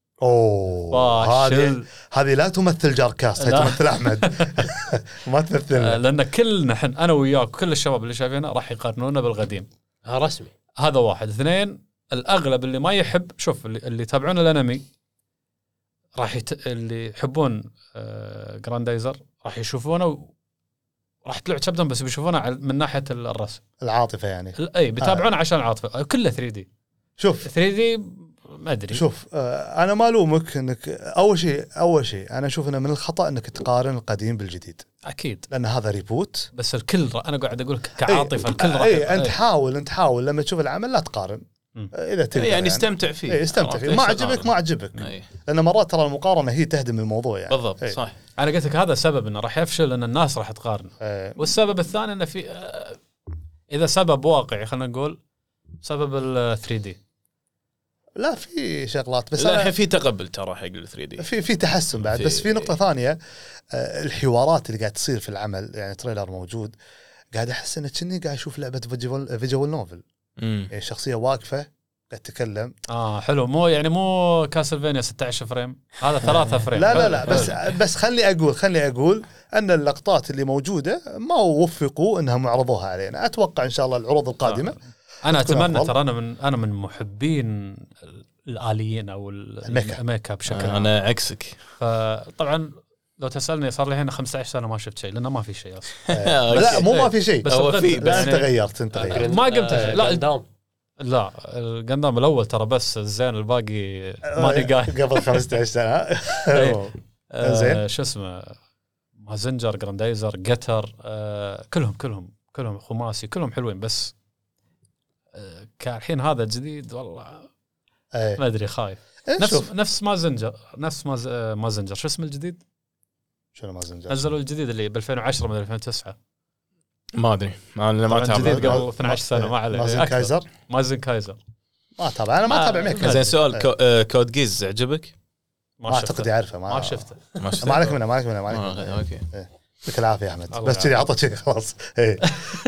اوه هذه هذه لا تمثل جاركاست، هي تمثل احمد. ما تمثلنا. لان كل نحن انا وياك كل الشباب اللي شايفينه راح يقارنونا بالقديم. ها رسمي. هذا واحد. اثنين الاغلب اللي ما يحب، شوف اللي, اللي يتابعون الانمي راح يت... اللي يحبون آه... جراندايزر راح يشوفونه و... راح تلعب تبدأ بس بيشوفونه من ناحيه الرسم العاطفه يعني. اي بيتابعونه آه. عشان العاطفه. كله ثري دي. شوف ثري دي ما ادري. شوف آه انا ما الومك انك اول شيء اول شيء انا اشوف انه من الخطا انك تقارن القديم بالجديد. اكيد لان هذا ريبوت. بس الكل انا قاعد اقول كعاطفه أي. الكل راح اي انت حاول انت حاول لما تشوف العمل لا تقارن. م. اذا تقدر يعني استمتع فيه. اي استمتع فيه. ما عجبك ما عجبك. لان مرات ترى المقارنه هي تهدم الموضوع يعني. بالضبط. أي. صح. انا قلت لك هذا سبب انه راح يفشل، ان الناس راح تقارن. أي. والسبب الثاني انه في اذا سبب واقعي خلينا نقول سبب ال ثري دي. لا في شغلات بس لا أنا الحين في تقبل ترى حق ال ثري دي. في في تحسن بعد. في- بس في نقطة ثانية، آه، الحوارات اللي قاعد تصير في العمل، يعني تريلر موجود قاعد أحس إن كني قاعد أشوف لعبة فيجوال فيجوال نوفل، امم يعني شخصية واقفة قاعد تتكلم. اه حلو، مو يعني مو كاسلفينيا ستة عشر فريم، هذا ثلاثة فريم. لا لا حلو، لا بس حلو. بس خلي أقول خلي أقول أن اللقطات اللي موجودة ما وفقوا إنهم يعرضوها علينا. أتوقع إن شاء الله العروض القادمة انا بتكون اتمنى أفضل. ترى انا من انا من محبين الآليين او ال- الميكا. الميكا بشكل عام. انا عكسك. فطبعا لو تسالني صار لي هنا خمسة عشر سنه ما شفت شيء لانه ما في شيء اصلا. آه، لا مو ما في شيء، بس هو الغد- في، لا بس أنت يعني غيرت أنت غيرت. ما قمت آه، لا قدام. لا القندام الاول ترى بس الزين الباقي ماني قايل. قبل خمسة عشر سنة. إيه. آه، زين. آه شو اسمه مازنجر جراندايزر جتر آه كلهم كلهم كلهم خماسي كلهم حلوين. بس آه كالحين هذا الجديد والله إيه. ما ادري خايف. نفس نشوف نفس مازنجر نفس ماز آه مازنجر شو اسمه الجديد؟ شنو ما زنجر. نزلوا الجديد اللي ب ألفين وعشرة من ألفين وتسعة. ما ادري ما انا ما طبعاً جديد تابع. قبل اثني عشر سنه ما عليه. مازن أكثر. كايزر مازن كايزر ما تابع. انا ما ما- اتابع ميكا. ما- زين سؤال إيه. كو... آه، كود جيز عجبك؟ ما ما اعتقد شفته يعرفه. ما ما شفته. ما شفته؟ ما عليك منه ما عليك منه ما عليك آه، منه. اوكي. يعطيك العافيه يا احمد. الله بس كذي يعافيك. عطى شيء خلاص. إيه.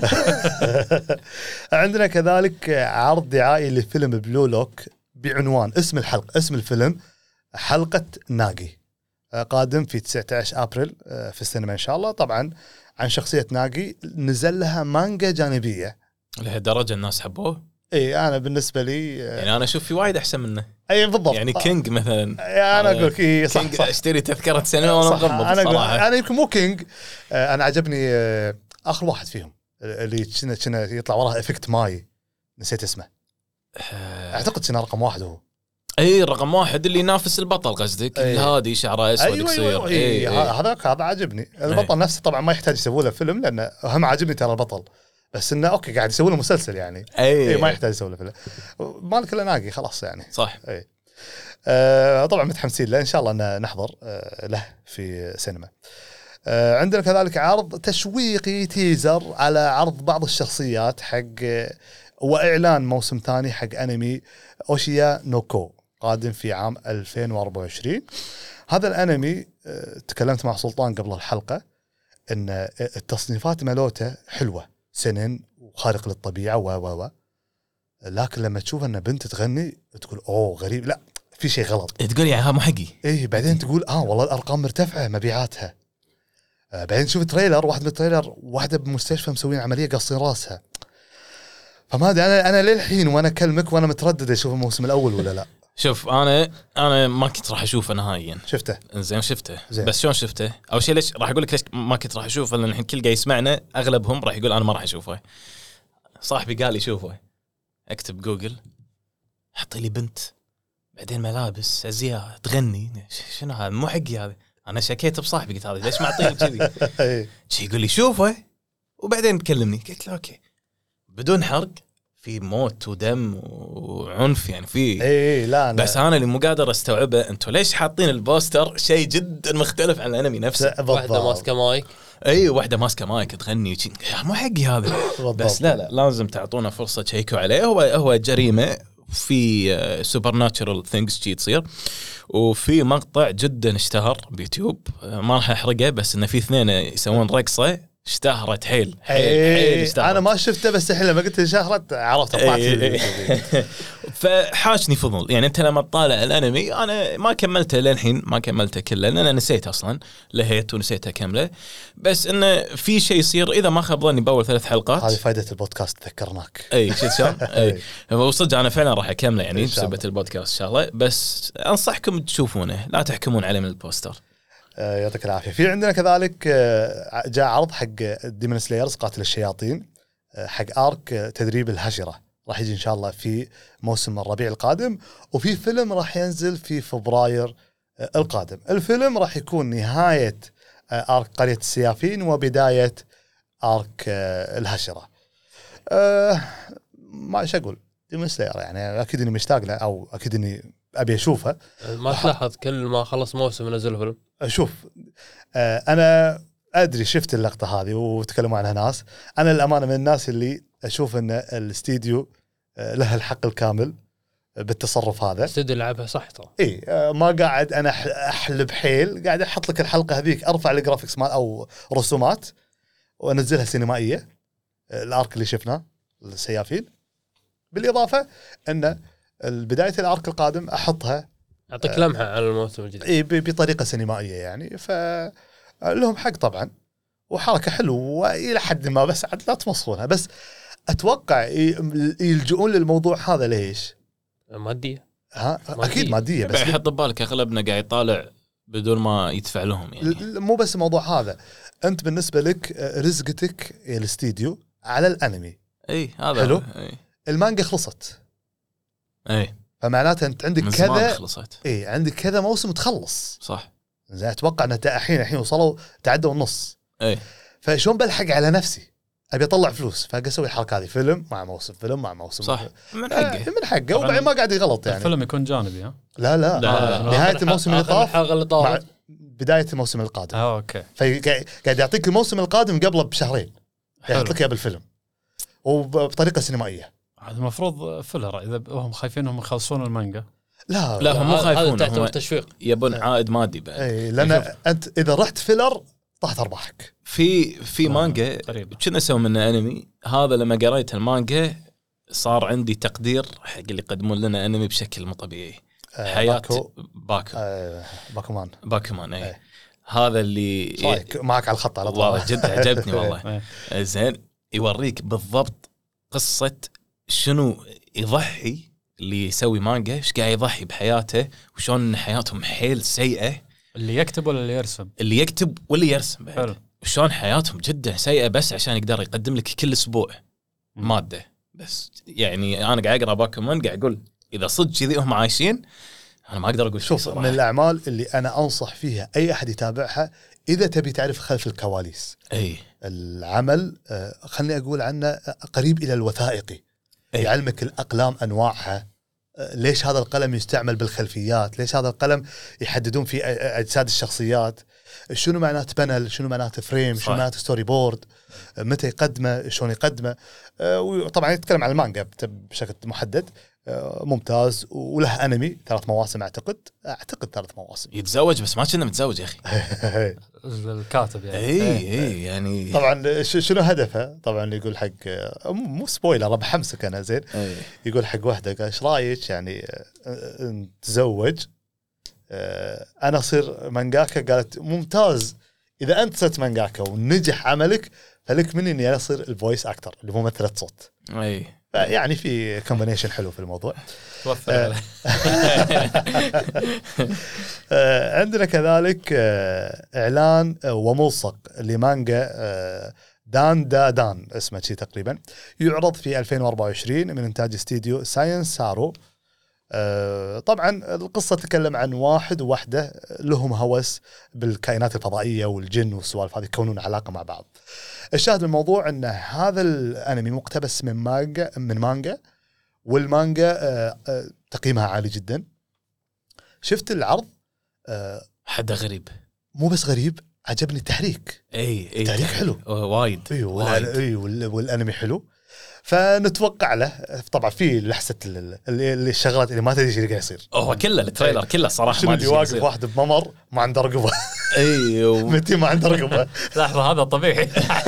عندنا كذلك عرض دعائي لفيلم بلو لوك بعنوان اسم الحلقه اسم الفيلم حلقه ناجي، قادم في تسعة عشر ابريل في السينما ان شاء الله. طبعا عن شخصيه ناجي نزل لها مانجا جانبيه. لهالدرجه الناس حبوه؟ اي انا بالنسبه لي يعني انا اشوف في وايد احسن منه. اي بالضبط. يعني كينج مثلا. انا اقول لك اي صح كينج صح. اشتري تذكره سينما وانا صح. مغمض انا أقول صراحه. انا يمكن مو كينج. آه، انا عجبني آه، اخر واحد فيهم اللي كنا كنا يطلع وراه افكت ماي، نسيت اسمه. اعتقد كنا رقم واحد هو. اي رقم واحد اللي ينافس البطل قصدك أي. الهادي شعره اسود ايوه قصير. ايوه إي، أي. إي. هذا هذا عجبني. البطل نفسه طبعا ما يحتاج يسوي له فيلم لانه هم عاجبني ترى البطل، بس انه اوكي قاعد يسوي له مسلسل يعني. اي اي ما يحتاج يسوي له فيلم. مالك الا ناقي خلاص يعني. صح. اي آه طبعا متحمسين له ان شاء الله ان نحضر آه له في سينما. آه عندنا كذلك عرض تشويقي تيزر على عرض بعض الشخصيات حق آه واعلان موسم ثاني حق انمي اوشيا نوكو قادم في عام ألفين وأربعة وعشرين. هذا الانمي آه تكلمت مع سلطان قبل الحلقه ان التصنيفات مالوته حلوه سنن وخارق للطبيعه و و و لكن لما تشوف ان بنت تغني تقول اوه غريب، لا في شيء غلط. تقول يعني ها مو حقي. ايه بعدين تقول اه والله الارقام مرتفعه مبيعاتها. آه بعدين تشوف تريلر واحد من التريلر واحده بمستشفى مسوين عمليه قاصين راسها. فما ادري انا انا للحين وانا اكلمك وانا متردد اشوف الموسم الاول ولا لا. شوف انا انا ما كنت راح اشوفه نهائيا. شفته زين شفته زين. بس شلون شفته؟ اول شيء ليش راح اقول لك ليش ما كنت راح اشوفه، لان الحين كل قاعد يسمعنا اغلبهم راح يقول انا ما راح اشوفه. صاحبي قال لي شوفه، اكتب جوجل حط لي بنت بعدين ملابس ازياء تغني، ش- شنو هذا مو حقي هذا. انا شكيت بصاحبي قلت هذا ليش معطيني كذي؟ إيه. شي يقول لي شوفه وبعدين تكلمني. قلت له اوكي بدون حرق، في موت ودم وعنف يعني في اي اي لا أنا بس انا اللي مو قادر استوعبه انتم ليش حاطين البوستر شيء جدا مختلف عن الانمي نفسه. واحده بالضبط. ماسكه مايك. اي واحده ماسكه مايك تغني وشي. يا مو حقي هذا. بالضبط. بس لا لا لازم تعطونا فرصه تشيكوا عليه. هو هو جريمه في سوبر ناتشرال ثينجز شي تصير. وفي مقطع جدا اشتهر بيوتيوب ما راح احرقه، بس انه في اثنين يسوون رقصه اشتهرت حيل حيل حيل إيه اشتهرت. انا ما شفته بس الحين لما قلت شهرت عرفت طلعت. إيه. فحاشني فضل يعني. انت لما تطالع الانمي انا ما كملته للحين ما كملته كله لان انا نسيت اصلا لهيت ونسيته كامله. بس انه في شيء يصير اذا ما خاب ظني باول ثلاث حلقات. هذه فائده البودكاست ذكرناك. اي شفت شلون؟ اي وصدق انا فعلا راح اكمله يعني إن شاء الله. بسبب البودكاست ان شاء الله. بس انصحكم تشوفونه لا تحكمون عليه من البوستر. آه، يعطيك العافيه. في عندنا كذلك آه، جاء عرض حق ديمون سلايرز قاتل الشياطين آه، حق ارك آه، تدريب الهشره راح يجي ان شاء الله في موسم الربيع القادم. وفي فيلم راح ينزل في فبراير آه، القادم. الفيلم راح يكون نهايه آه، ارك قريه السيافين وبدايه ارك آه، الهشره. أه ما ايش اقول ديمون سلاير يعني اكيد اني مشتاق له او اكيد اني ابي اشوفه. ما تلاحظ كل ما خلص موسم نزل فيلم. شوف آه انا ادري شفت اللقطه هذه وتكلموا عنها ناس. انا الامانه من الناس اللي اشوف ان الاستديو آه، له الحق الكامل بالتصرف هذا. استديو لعبها صح ترى. اي آه، ما قاعد انا أح- احلب حيل، قاعد احط لك الحلقه هذيك، ارفع الجرافيكس مال او رسومات وانزلها سينمائيه، آه، الارك اللي شفناه السيافين، بالاضافه ان بدايه الارك القادم احطها اعطيك لمحه على الموسم الجديد. اي ب- بطريقه سينمائيه يعني، فلهم حق طبعا، وحركه حلوه والى حد ما، بس عاد لا تمصونها. بس اتوقع ي- يلجؤون للموضوع هذا ليش؟ ماديه. ها مادية. اكيد ماديه، بس حط ببالك اغلبنا قاعد يطالع بدون ما يدفع لهم يعني. ل- مو بس الموضوع هذا، انت بالنسبه لك رزقتك الاستديو على الانمي، اي هذا حلو. اي المانجا خلصت، اي فمعناته انت عندك من زمان كذا، خلصت. اي عندك كذا موسم تخلص. صح. زين اتوقع ان الحين الحين وصلوا تعدوا النص، اي فشلون بلحق على نفسي؟ ابي اطلع فلوس، فاسوي الحركه هذه، فيلم مع موسم، فيلم مع موسم. صح من آه، حقه. من حقه، طبعاً وبعدين ما قاعد يغلط يعني. الفيلم يكون جانبي ها. لا لا, لا، آه، نهايه آخر الموسم اللي آخر طاف الحلقه اللي مع طافت. بدايه الموسم القادم، اه اوكي فقاعد قاعد يعطيك الموسم القادم قبله بشهرين، يحط لك اياه بالفيلم وبطريقه سينمائيه. هذا المفروض فيلر اذا هم خايفين انهم يخلصون المانجا. لا لا هم مو هذا خايفون، تعتبر هم تشويق. يبون عائد مادي بعد. اي، لان انت اذا رحت فيلر طاحت ارباحك. في في مانجا قريبة. كنا سووا منه انمي، هذا لما قريت المانجا صار عندي تقدير حق اللي يقدمون لنا انمي بشكل مو طبيعي. آه، حياة باكو باكو آه، باكومان. باكمان اي. إيه. هذا اللي إيش رايك؟ معك على الخط على والله طول. جد عجبتني والله. إيه. زين يوريك بالضبط قصة شنو يضحي اللي يسوي مانجا، ايش قاعد يضحي بحياته، وشون حياتهم حيل سيئة. اللي يكتب ولا اللي يرسم؟ اللي يكتب واللي يرسم بعد. حلو. وشون حياتهم جدا سيئة بس عشان يقدر يقدم لك كل اسبوع مادة. بس يعني انا قاعد اقرا باكمان قاعد اقول اذا صدق كذي هم عايشين انا ما اقدر اقول شيء شوف، صراحة. من الاعمال اللي انا انصح فيها اي احد يتابعها اذا تبي تعرف خلف الكواليس. اي العمل آه، خلني اقول عنه آه، قريب الى الوثائقي. أي. يعلمك الاقلام انواعها، آه، ليش هذا القلم يستعمل بالخلفيات، ليش هذا القلم يحددون في آه، اجساد الشخصيات، شنو معناته بانل، شنو معناته فريم، صح. شنو معناته ستوري بورد، آه، متى يقدمه، شلون يقدمه. آه، وطبعا يتكلم عن المانجا بشكل محدد. آه، ممتاز، وله انمي ثلاث مواسم اعتقد اعتقد ثلاث مواسم. يتزوج بس ما كنا متزوج يا اخي. الكاتب يعني. اي اي يعني طبعا ش- شنو هدفه؟ طبعا يقول حق آه، مو سبويلر، بحمسك انا زين. أي. يقول حق واحده قال ايش رايك يعني آه، نتزوج، آه، انا اصير مانجاكا؟ قالت ممتاز، اذا انت صرت مانجاكا ونجح عملك فلك مني اني اصير الفويس اكتر اللي ممثله صوت. اي يعني في كومبينيشن حلو في الموضوع. توفر آه. عليه. آه، عندنا كذلك آه، اعلان آه، وملصق لمانجا آه، دان دا دان اسمه شيء تقريبا، يعرض في ألفين وأربعة وعشرين من انتاج استديو ساينس سارو. آه، طبعا القصه تتكلم عن واحد وواحده لهم هوس بالكائنات الفضائيه والجن والسوالف هذه، يكونون علاقه مع بعض. الشاهد من الموضوع ان هذا الانمي مقتبس من مانجا من مانجا والمانجا آه، آه، تقييمها عالي جدا. شفت العرض، آه، حدا غريب. مو بس غريب، عجبني التحريك. اي اي التحريك حلو. وايد ايوه وايد. والأن- ايوه وال- والانمي حلو، فنتوقع له. طبعا في لحسه ال- اللي اللي الشغلات اللي ما تدري ايش اللي قاعد يصير. هو كله التريلر كله صراحه شنو ما اللي أدري إيش واقف يصير. واحد بممر ما عنده رقبه، اي و- متي ما عنده رقبه. لحظة هذا طبيعي.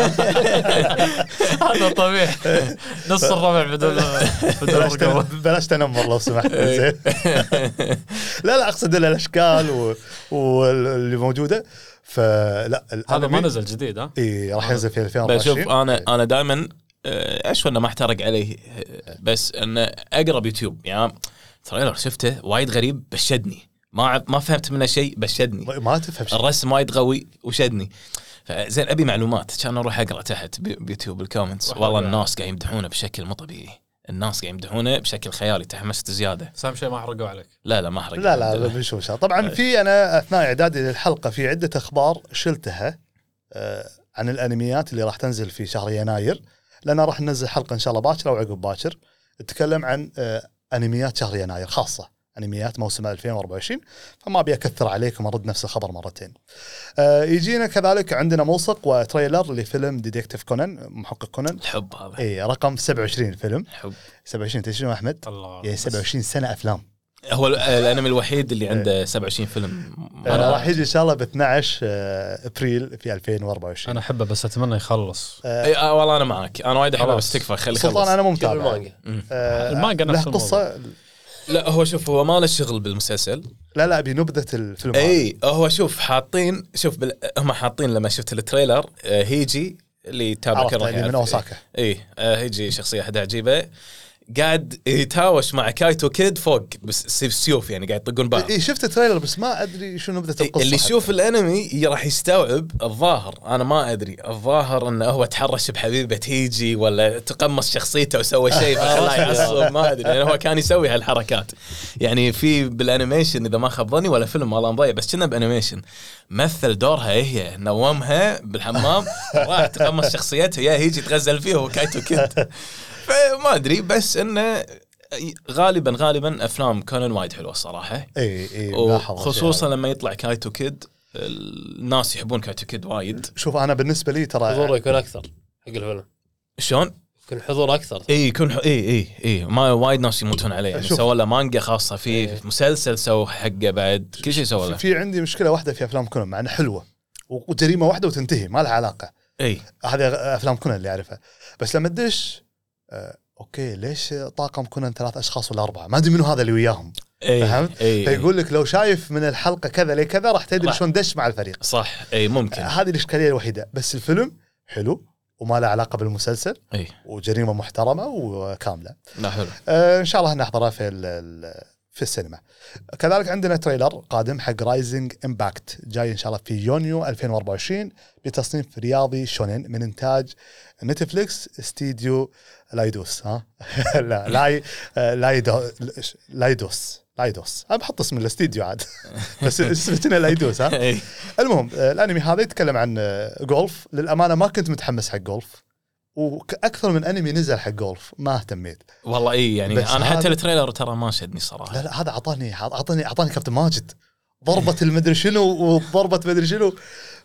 هذا طبيعي. نص الربع بدون بدون بلاش رقبة. تن- بلاش تنمر لو سمحت. زين. لا لا اقصد الاشكال و- واللي موجوده. فلا هذا ما نزل جديد ها؟ اي راح ينزل في ألفين وأربعة بشوف وعشرين. انا انا دائما اشوف انه ما احترق عليه، آه، بس انه اقرا بيوتيوب يعني تريلر شفته وايد غريب بشدني، ما ع- ما فهمت منه شيء بشدني، ما تفهم شيء. الرسم وايد قوي وشدني. فزين ابي معلومات، كان اروح اقرا تحت بي- بيوتيوب الكومنتس، واحد والله يعني. الناس قاعد يمدحونه بشكل مو طبيعي، الناس قاعد يمدحونه بشكل خيالي، تحمست زياده. بس اهم شيء ما حرقوا عليك. لا لا ما احرق. لا لا بنشوف ان شاء الله. طبعا في انا اثناء اعدادي للحلقه في عده اخبار شلتها آه، عن الانميات اللي راح تنزل في شهر يناير، لان راح ننزل حلقه ان شاء الله باكر او عقب باكر تتكلم عن آه، انميات شهر يناير خاصه انميات موسم ألفين وأربعة وعشرين، فما ابي اكثر عليكم ارد نفس الخبر مرتين. آه يجينا كذلك عندنا موثق وتريلر لفيلم ديتكتيف كونان، محقق كونان. الحب هذا اي رقم سبعة وعشرين فيلم. الحب سبعة وعشرين تدري شنو احمد؟ الله يعني سبعة وعشرين سنه افلام. هو ال- الانمي الوحيد اللي عنده سبعة وعشرين فيلم. آه راح يجي ان شاء الله ب اثني عشر آه ابريل في ألفين وأربعة وعشرين. انا احبه بس اتمنى يخلص. آه اي آه والله انا معك، انا وايد احبه خلاص. بس تكفى خلي سلطان خلص. انا مو كيف متابع. المانجا؟ آه المانجا نفس له قصه. لا هو شوف هو ما له شغل بالمسلسل. لا لا ابي نبذه الفيلم. اي هو شوف حاطين شوف بال... هم حاطين لما شفت التريلر آه هيجي اللي تابع عرفت كره اللي من اوساكا. اي آه هيجي شخصيه حدا عجيبه قاعد يتهاوش مع كايتو كيد فوق بس سيف سيوف يعني قاعد يطقون بعض. اي شفت التريلر بس ما ادري شو نبذه القصه. اللي حتى. يشوف الانمي راح يستوعب الظاهر، انا ما ادري الظاهر انه هو تحرش بحبيبه هيجي ولا تقمص شخصيته وسوى شيء فخلاه يعصب ما ادري لانه هو كان يسوي هالحركات. يعني في بالانيميشن اذا ما خاب ظني ولا فيلم والله مضيع بس كنا بانيميشن مثل دورها هي نومها بالحمام راح تقمص شخصيتها يا هيجي تغزل فيه هو كايتو كيد. فما ادري بس انه غالبا غالبا افلام كونان وايد حلوه الصراحه. اي اي ملاحظة خصوصا شيء. لما يطلع كايتو كيد الناس يحبون كايتو كيد وايد. شوف انا بالنسبه لي ترى حضوره يكون اكثر حق الفيلم، شلون؟ يكون حضور اكثر. اي يكون ح... اي اي اي ما وايد ناس يموتون عليه يعني شوف. سووا له مانجا خاصه فيه إيه. مسلسل سووا حقه بعد كل شيء سووا له. في عندي مشكله واحده في افلام كونان مع انها حلوه وجريمه واحده وتنتهي ما لها علاقه. اي هذه افلام كونان اللي اعرفها. بس لما تدش آه اوكي ليش طاقم كونان ثلاث اشخاص ولا اربعه ما ادري منو هذا اللي وياهم. اي فهمت؟ اي فيقول لك لو شايف من الحلقه كذا لكذا راح تدري راح. شلون دش مع الفريق. صح اي ممكن آه هذه الاشكاليه الوحيده. بس الفيلم حلو وما له علاقه بالمسلسل اي وجريمه محترمه وكامله. لا حلو. آه ان شاء الله نحضرها في ال- في السينما. كذلك عندنا تريلر قادم حق رايزنج امباكت جاي ان شاء الله في يونيو ألفين وأربعة وعشرين بتصنيف رياضي شونين من انتاج نتفليكس استديو لايدوس. ها لا لاي لايدو لايدوس لايدوس انا بحط اسم الاستديو عاد بس اسمه لايدوس. ها اي المهم آه، الانمي هذا يتكلم عن آه، جولف. للامانه ما كنت متحمس حق جولف واكثر من انمي نزل حق جولف ما اهتميت. والله اي يعني بس انا حتى هذا- التريلر ترى ما شدني صراحه. لا لا هذا اعطاني اعطاني اعطاني كابتن ماجد ضربه المدري شنو وضربه مدري شنو.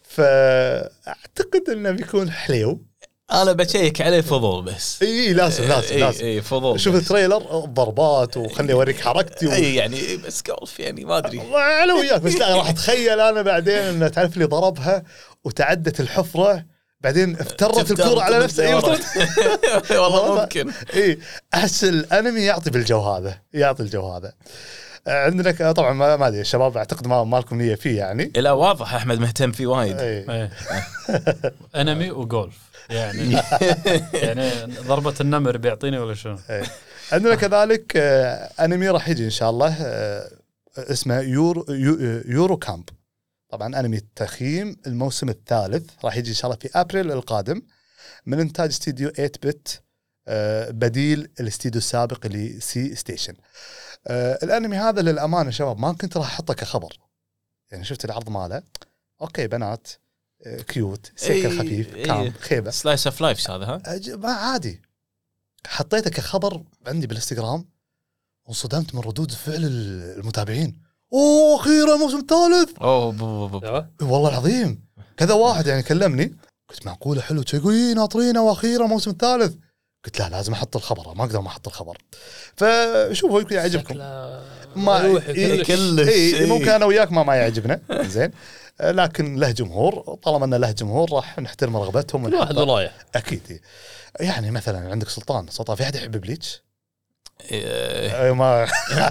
فاعتقد انه بيكون حليو. انا بشيك عليه فضول بس. اي لازم لازم اي لازم اي فضول شوف بس. التريلر ضربات وخلي اوريك حركتي و... اي يعني بس جولف يعني ما ادري. انا وياك بس لا راح اتخيل انا بعدين انه تعرف لي ضربها وتعدت الحفره بعدين افترت الكره على نفسها. اي افترت والله ممكن. اي احس الانمي يعطي بالجو هذا يعطي الجو هذا. عندنا طبعا ما ما ادري الشباب اعتقد ما ما لكم نيه فيه يعني. لا واضح احمد مهتم فيه وايد. اي ايه انمي وجولف يعني يعني ضربة النمر بيعطيني ولا شو؟ إيه. عندنا كذلك آه، انمي راح يجي ان شاء الله آه، اسمه يورو يو- يورو كامب. طبعا انمي التخييم الموسم الثالث راح يجي ان شاء الله في ابريل القادم من انتاج استديو ثمانية بت آه، بديل الاستديو السابق اللي سي ستيشن. آه، الانمي هذا للامانه شباب ما كنت راح احطه كخبر يعني شفت العرض ماله اوكي بنات آه، كيوت سيكل إيه، خفيف إيه. كام خيبه سلايس اوف لايف هذا ها. أج- ما عادي. حطيته كخبر عندي بالانستغرام وانصدمت من ردود فعل المتابعين. اوه اخيرا موسم ثالث. اوه بو بو بو. أيوة. والله العظيم كذا واحد يعني كلمني قلت معقوله حلو يقول إيه ناطرينه واخيرا موسم ثالث. قلت لا لازم احط الخبر ما اقدر ما احط الخبر. فشوفوا يمكن يعجبكم. شكله ما ملوح إيه كلش. كلش. إيه إيه. ممكن انا وياك ما ما يعجبنا زين آه، لكن له جمهور طالما انه له جمهور راح نحترم رغبتهم كل واحد ونحطه. ورايه. اكيد إيه. يعني مثلا عندك سلطان سلطان في احد يحب بليتش؟ إيه. أي ما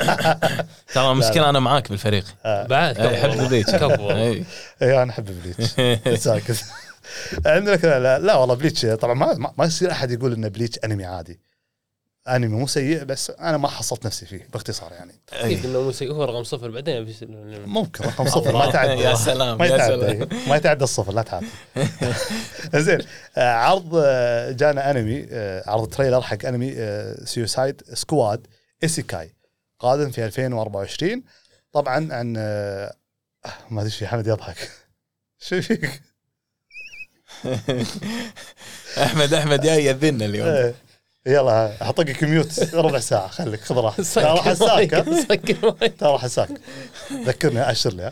ترى مشكلة انا معاك بالفريق. بعد إيه، كفو يحب والله. بليتش. كفو والله. إيه. اي انا احب بليتش ساكت. عندنا كذا لا, لا والله بليتش طبعا ما ما- ما يصير احد يقول ان بليتش انمي عادي. انمي مو سيء بس انا ما حصلت نفسي فيه باختصار يعني. اكيد انه موسيقى هو رقم صفر بعدين بيصير- ممكن رقم صفر ما تعدى يا سلام ما يا يتعدى سلام. ما يتعدى الصفر لا تعدى. زين آه، عرض آه، جانا انمي آه، عرض تريلر حق انمي سيوسايد سكواد ايسيكاي قادم في ألفين وأربعة وعشرين. طبعا عن آه، ما ادري شيء حمد يضحك شو فيك؟ احمد احمد جاي يذلنا اليوم. إيه. يلا احطك كميوت ربع ساعه خليك خذ راحتك ترى حساك ها؟ سكر المايك. ترى حساك ذكرني اشر لي ها؟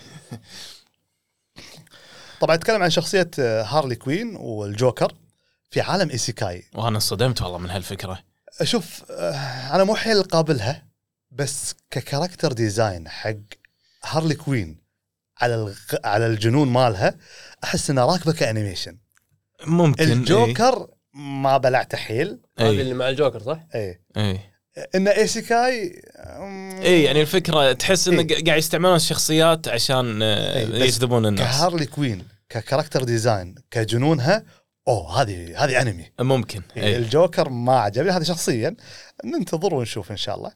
طبعا اتكلم عن شخصيه هارلي كوين والجوكر في عالم ايسيكاي. وانا انصدمت والله من هالفكره. شوف انا مو حيل قابلها بس ككاركتر ديزاين حق هارلي كوين على الغ... على الجنون مالها احس انه راكبه كانيميشن. ممكن الجوكر ما بلعته حيل. هذا اي اللي مع الجوكر صح؟ اي اي ان ايسيكاي اي يعني الفكره تحس انه إيه. قاعد يستعملون الشخصيات عشان آه، إيه، بس يجذبون الناس. كهارلي كوين ككاركتر ديزاين كجنونها اوه هذه هذه انمي. ممكن إيه. اي الجوكر ما عجبني هذا شخصيا، ننتظر ونشوف ان شاء الله.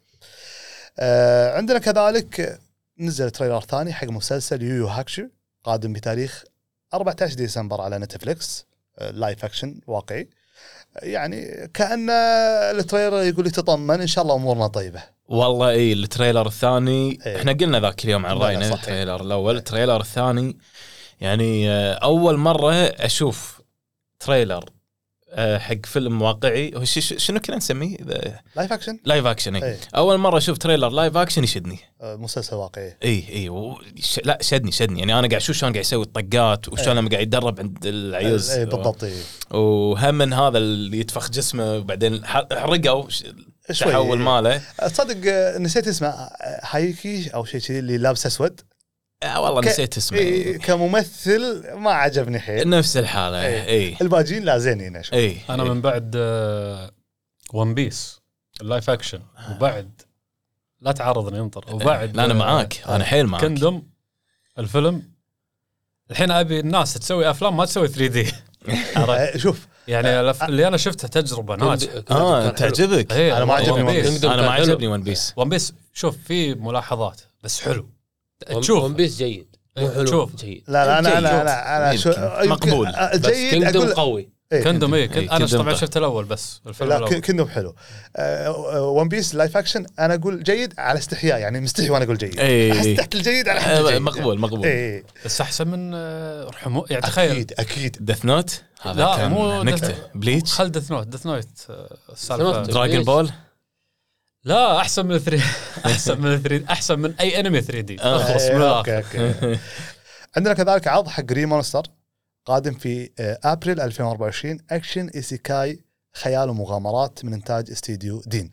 آه عندنا كذلك نزل تريلر ثاني حق مسلسل يو يو هاكشو قادم بتاريخ أربعة عشر ديسمبر على نتفليكس. آه لايف اكشن واقعي، يعني كأن التريلر يقول لي تطمن ان شاء الله امورنا طيبه. والله اي التريلر الثاني إيه. احنا قلنا ذاك اليوم عن لا، لا، راينا. صحيح. التريلر الاول التريلر الثاني يعني آه، اول مره اشوف تريلر آه، حق فيلم واقعي. هو ش- ش- شنو كنا نسميه ذا- لايف اكشن لايف اكشن. اي إيه. اول مره اشوف تريلر لايف اكشن يشدني. آه مسلسل واقعي. اي اي و... ش... لا شدني شدني يعني انا قاعد اشوف شلون قاعد يسوي الطقات وشلون إيه. لما قاعد يتدرب عند العيوز. اي بالضبط. إيه. وهم من هذا اللي يتفخ جسمه وبعدين ح- حرقوا ش- شوي. تحول ماله. تصدق آه، نسيت اسمه آه، هايكي او شيء كذي اللي لابس اسود. آه والله ك- نسيت اسمه. إيه كممثل ما عجبني حيل. نفس الحاله. إيه. اي الباجين لا زينين شوي. اي انا من بعد ون بيس اللايف اكشن وبعد لا تعرضني انطر وبعد لا انا معاك انا حيل معاك. كندم الفيلم. الحين ابي الناس تسوي افلام ما تسوي ثري دي. آه، شوف يعني الأف- اللي انا شفته تجربه ناجحه. اه تعجبك. إيه، أنا ما عجبني ون One بيس. Piece. انا ما عجبني ون بيس. ون بيس شوف في ملاحظات بس حلو. ون تشوف بيس جيد مو إيه، حلو شوف. جيد. لا لا انا جيد. انا انا, أنا شو يمكن. يمكن- مقبول. آه، بس جيد كينجدوم اقول قوي. إيه، كندم ايه إيه، كن... انا كندم طبعا طيب. شفت الاول بس الفيلم لا الاول كندم حلو. ون بيس لايف اكشن انا اقول جيد على استحياء، يعني مستحي وانا اقول جيد. إيه. احس تحت الجيد على حد آه، الجيد. مقبول مقبول. ايه بس احسن من آه، رحمو يعني تخيل. اكيد اكيد. ديث نوت هذا لا، كان مو نكته. Death- بليتش خل ديث نوت ديث نوت السالفه. Death Note. دراجون ليش؟ بول. لا احسن من ثري احسن من ثري احسن من اي انمي ثري دي. آه. اخلص من إيه، الاخر. اوكي اوكي. عندنا كذلك عرض حق ريمونستر قادم في آه، ابريل ألفين وأربعة وعشرين اكشن ايسيكاي خيال ومغامرات من انتاج استديو دين.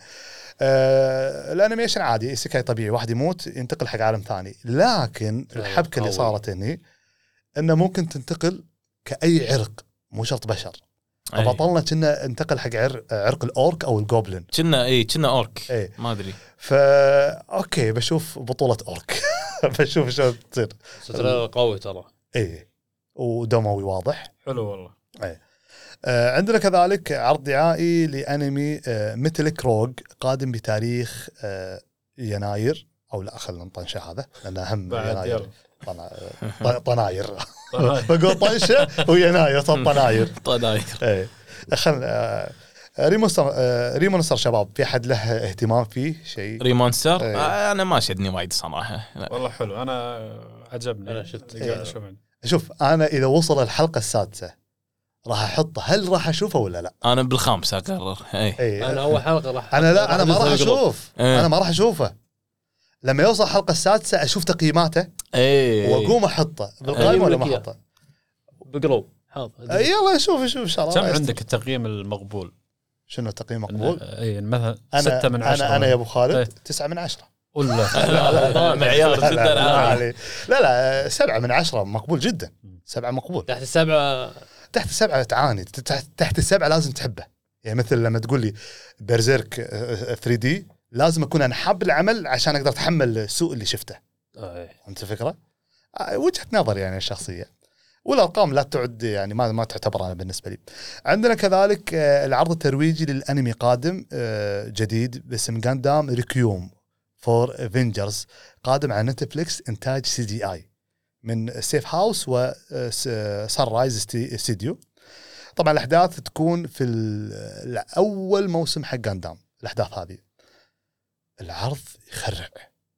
آه الانيميشن عادي ايسيكاي طبيعي، واحد يموت ينتقل حق عالم ثاني، لكن الحبكه اللي قوي. صارت هني انه ممكن تنتقل كاي عرق مو شرط بشر. أي. فبطلنا كنا انتقل حق عرق, عرق الاورك او الجوبلن. كنا اي كنا اورك. ايه ما ادري. فا اوكي بشوف بطوله اورك. بشوف شلون تصير. ترى قوي ترى. ايه ودموي واضح. حلو والله. آه عندنا كذلك عرض دعائي لانمي آه ميتلك روج قادم بتاريخ آه يناير او لا خلينا نطنشه هذا لانه هم بعد يناير. يلا. طنا... ط- طناير. طيب. بقول طنشه ويناير صار طناير. طناير. ايه خل آه ريمونستر آه ريمونستر شباب في احد له اهتمام فيه شيء؟ ريمونستر إيه. آه انا ما شدني وايد صراحه. لا. والله حلو انا عجبني. أنا شفت. اللي قاعد اشوفه. شوف انا اذا وصل الحلقه السادسه راح احطه، هل راح اشوفه ولا لا؟ انا بالخامس اقرر. اي ايه انا اول حلقه راح انا لا انا ما راح أنزل القلب. اشوف. إيه. انا ما راح اشوفه لما يوصل الحلقه السادسه اشوف تقييماته اي واقوم احطه بالقائمه ولا ما إيه. احطه. بقلوب حاضر. آه، يلا شوف شوف ان شاء الله. كم عندك التقييم المقبول؟ شنو التقييم مقبول؟ اي مثلا انا ستة من عشرة. انا انا يا ابو إيه. خالد تسعة من عشرة. ولا معيار لا جدا لا, لا, عالي. علي. لا لا سبعة من عشرة مقبول جدا. سبعة مقبول. تحت السبعه تحت السبعة تعاني، تحت, تحت السبعة لازم تحبه. يعني مثل لما تقول لي بيرزيرك ثري دي لازم اكون انا حاب العمل عشان اقدر اتحمل السوء اللي شفته. آه. فهمت الفكره؟ آه، وجهه نظر يعني الشخصيه، والارقام لا تعد يعني ما ما تعتبر انا بالنسبه لي. عندنا كذلك آه، العرض الترويجي للانمي قادم آه، جديد باسم غاندام ريكيوم فور افنجرز قادم على نتفليكس انتاج سي جي اي من سيف هاوس وسان رايز ستوديو. طبعا الاحداث تكون في ال- اول موسم حق غاندام. الاحداث هذه العرض يخرع.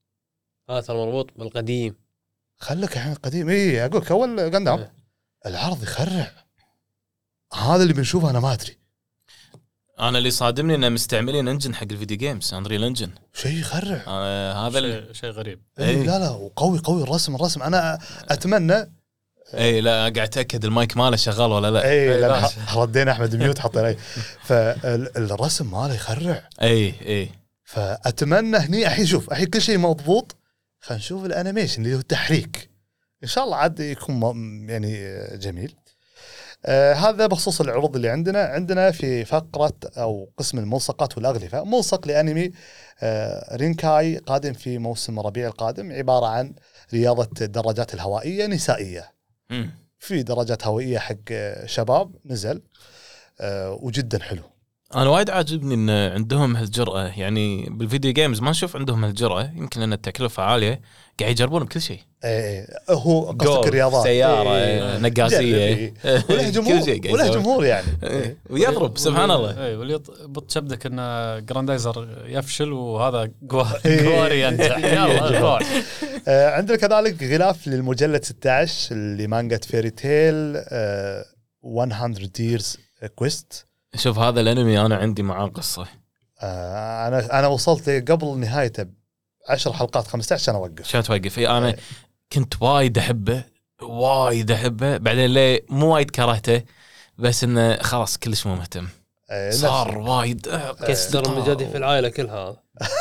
هذا ترى مربوط بالقديم. خلك الحين قديم. اي اقول لك اول غاندام إيه. العرض يخرع. هذا اللي بنشوفه انا ما ادري. انا اللي صادمني انه مستعملين انجن حق الفيديو جيمز انريل انجن. شيء يخرع. آه هذا اللي... شيء شيء غريب. إيه لا لا وقوي قوي الرسم الرسم انا اتمنى. اي لا قاعد اتاكد المايك ماله شغال ولا لا. اي إيه، لا لا. ردينا احمد ميوت حط علي. فالرسم ماله يخرع. اي اي فاتمنى هني الحين شوف الحين كل شيء مضبوط. خلينا نشوف الانيميشن اللي هو التحريك ان شاء الله عاد يكون م- يعني جميل. آه هذا بخصوص العروض اللي عندنا. عندنا في فقرة أو قسم الملصقات والأغلفة ملصق لأنمي آه رينكاي قادم في موسم الربيع القادم، عبارة عن رياضة الدراجات الهوائية نسائية. مم. في دراجات هوائية حق آه، شباب نزل آه وجدا حلو. انا وايد عاجبني ان عندهم هالجرأة، يعني بالفيديو جيمز ما نشوف عندهم هالجرأة، يمكن لان التكلفة عالية، قاعد يجربون بكل شيء. ايه هو قصدك جولف، الرياضات سيارة، إيه. نقاسية، وله كل جمهور شيء قاعد وله يسوي. جمهور يعني. إيه. ويضرب سبحان الله. اي واللي يبط شبدك ان جراندايزر يفشل وهذا جوا- إيه. جواري ينجح. يلا روح. آه عندنا كذلك غلاف للمجلد ستة عشر اللي مانجا فيري تيل آه مية years quest. شوف هذا الانمي انا عندي معاه قصة. آه انا انا وصلت قبل نهايته عشر حلقات خمسة عشر عشان اوقف. عشان توقف. إيه انا كنت وايد احبه وايد احبه، بعدين ليه مو وايد كرهته، بس انه خلاص كلش مو مهتم. آه صار وايد كسر المجادي في العائله كلها.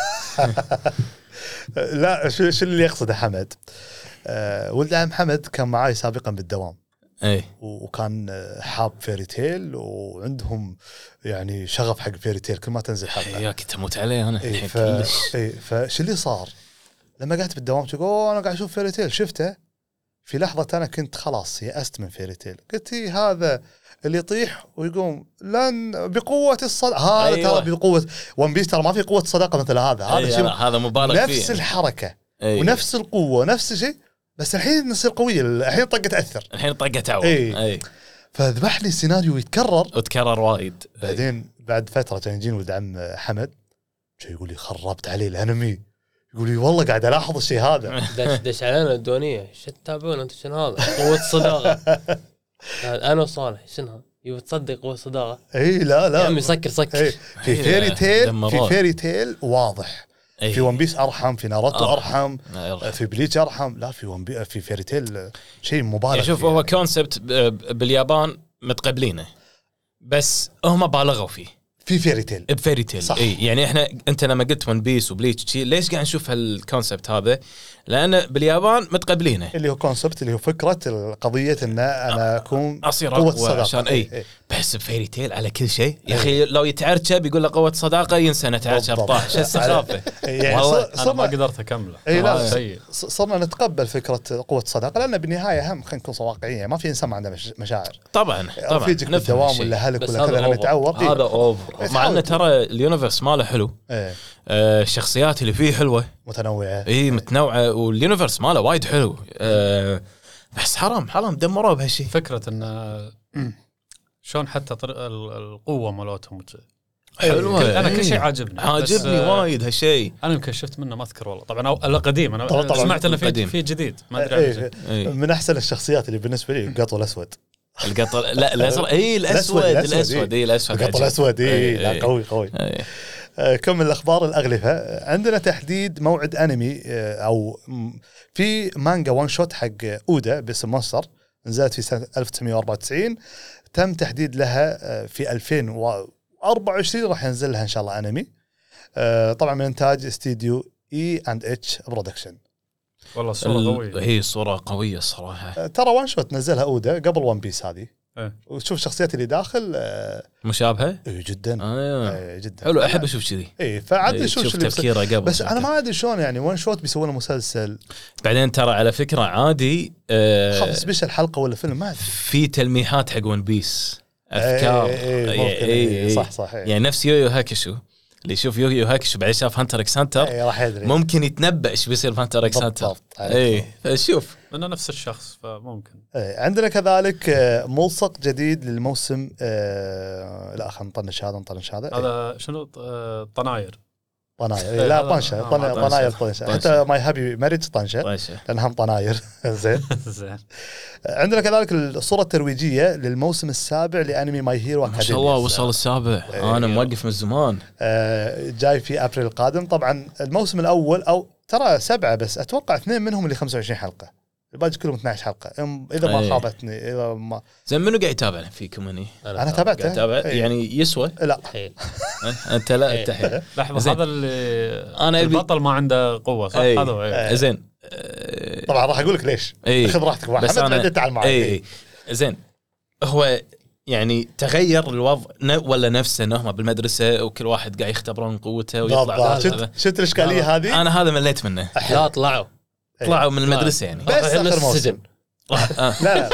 لا شو شو اللي يقصده حمد. آه ولد عم حمد كان معاي سابقا بالدوام ايه وكان آه، حاب فيري تيل وعندهم يعني شغف حق فيري تيل كل ما تنزل حلقه. يا كنت اموت عليه انا إيه الحين ف... كلش. إيه فشو اللي صار لما قعدت بالدوام تقول انا قاعد اشوف فيري تيل شفته في لحظه انا كنت خلاص يأست من فيري تيل. قلت إيه هذا اللي يطيح ويقوم لن بقوه الصداقه هذا أيوة. ترى بقوه ون بيس ترى ما في قوه صداقه مثل هذا. هذا أيه شيء هذا مبالغ فيه نفس الحركه أيه. ونفس القوه ونفس الشيء بس الحين نصير قويه الحين طقه تاثر. الحين طقه تعور. إيه. اي فذبح لي السيناريو يتكرر. وتكرر وايد. بعدين بعد فتره كان يجيني ولد عم حمد شو يقول لي خربت عليه الانمي. يقول لي والله قاعد الاحظ الشيء هذا. دش دش علينا الدونيه، شو تتابعون انتم شنو هذا؟ قوه صداقه. انا وصالح شنو هذا؟ يبي تصدق قوه صداقه؟ اي لا لا يا عمي سكر سكر. إيه في إيه، فيري تيل في دمروه. فيري تيل واضح. أيه. في ون بيس ارحم في ناروتو أرحم. ارحم أرحم. في بليتش ارحم. لا في ون بي في فيري تيل شيء مبالغ يعني شوف فيه. هو كونسبت باليابان متقبلينه، بس هم بالغوا فيه في فيري تيل بفيري تيل. صح. اي يعني احنا انت لما قلت ون بيس وبليتش شي ليش قاعد نشوف هالكونسبت هذا؟ لان باليابان متقبلينه. اللي هو كونسبت اللي هو فكره القضيه ان انا اكون اصير قوه اقوى صداقه عشان إيه، اي. بس بفيري تيل على كل شيء يا اخي. لو يتعرشب يقول له قوه صداقه ينسى نتعرشب بالضبط. طاح. شو السخافه؟ يعني والله ص- انا ما صرنا قدرت اكمله. اي لا هذا سيء. ص- صرنا نتقبل فكره قوه الصداقه لان بالنهايه هم خلينا نكون واقعيين ما في انسان ما عنده مش- مشاعر. طبعا طبعا رفيجك نفهم بالدوام هالشيء. ولا هلك بس ولا هذا كذا لما أوفر. يتعور إيه. هذا اوفر، مع انه ترى اليونيفرس ماله حلو. إيه آه الشخصيات اللي فيه حلوه، متنوعه. اي متنوعه، واليونيفرس ماله وايد حلو. آه بس حرام حرام دمروه بهالشيء. فكره ان شلون حتى طريق ال- القوه مالتهم حلوه. كل- انا كل إيه. شيء عاجبني. عاجبني بس، آه، وايد هالشيء. انا يمكن شفت منه ما اذكر والله. طبعا أو- القديم انا طبعاً- طبعاً. سمعت انه في القديم. في جديد ما ادري إيه، عنه. إيه. من احسن الشخصيات اللي بالنسبه لي القطو الاسود. القطر لا الازرق. اي الاسود الأسود، الاسود اي الاسود القطو عجيب. الاسود اي إيه، لا إيه. قوي قوي. إيه. آه، كم من الاخبار الاغلفه. آه، عندنا تحديد موعد انمي آه، او م- في مانجا وان شوت حق اودا باسم مونستر نزلت في سنه ألف وتسعمية وأربعة وتسعين. تم تحديد لها آه، في ألفين وأربعة وعشرين راح ينزل لها ان شاء الله انمي. آه، طبعا من انتاج استديو اي اند اتش برودكشن. والله الصوره ال- قويه. هي صورة قوية الصراحة. آه، ترى وان شوت نزلها اودا قبل ون بيس هذه. إيه. وتشوف الشخصيات اللي داخل آه، مشابهة. إيه جدا آه. آه، جدا حلو احب اشوف كذي. اي فعاد إيه، نشوف تشوف شو اللي بيصير. تفكيره قبل. بس انا ما ادري شلون يعني وان شوت بيسوون مسلسل بعدين ترى على فكرة عادي آه خمس سبيشل حلقه ولا فيلم ما ادري. في تلميحات حق ون بيس، افكار. إيه، إيه، إيه، ممكن، إيه، إيه، إيه. صح صح إيه. يعني نفس يويو هاكشو، اللي يشوف يويو هاكشو بعدين شاف هانتر اكس هانتر إيه، راح يدري ممكن يتنبأ ايش بيصير في هانتر اكس هانتر. بالضبط عليك. اي فشوف. لانه نفس الشخص فممكن. إيه، عندنا كذلك آه، ملصق جديد للموسم. آه، لا خلينا نطنش هذا نطنش هذا. إيه. هذا شنو آه، طناير طناير لا هذا- طنشه آه، طن- طنشة. طناير طنشه طنشة. حتى ماي هابي ماريج طنشه طيشه لانهم طناير زين. زين. عندنا كذلك الصوره الترويجيه للموسم السابع لانمي ماي هيرو ما شاء الله وصل السابع إيه. انا موقف من زمان. آه، جاي في ابريل القادم. طبعا الموسم الاول او ترى سبعه بس اتوقع اثنين منهم اللي خمسة وعشرين حلقه، الباقي كلهم اثنا عشر حلقه إم- اذا ما أي. خابتني اذا ما زين منو قاعد يتابع فيكم هني؟ انا قاعد تابعته يتابع أي. يعني يسوى؟ لا حيل أه؟ انت لا إيه. انت حلو. لحظه زين. هذا اللي أنا أبي- البطل ما عنده قوه صح أي. هذا هو إيه. أي. زين أه، طبعا راح اقول لك ليش. اي خذ راحتك محمد بس انا بعدين تعال معي. اي اي زين هو يعني تغير الوضع ن- ولا نفسه انهم بالمدرسه وكل واحد قاعد يختبرون قوته ويطلع بالضبط. هذا. شفت شفت الاشكاليه هذه انا هذا مليت منه. لا طلعوا طلعوا من المدرسه يعني بس راحوا آخر نفس موسم. السجن آه. لا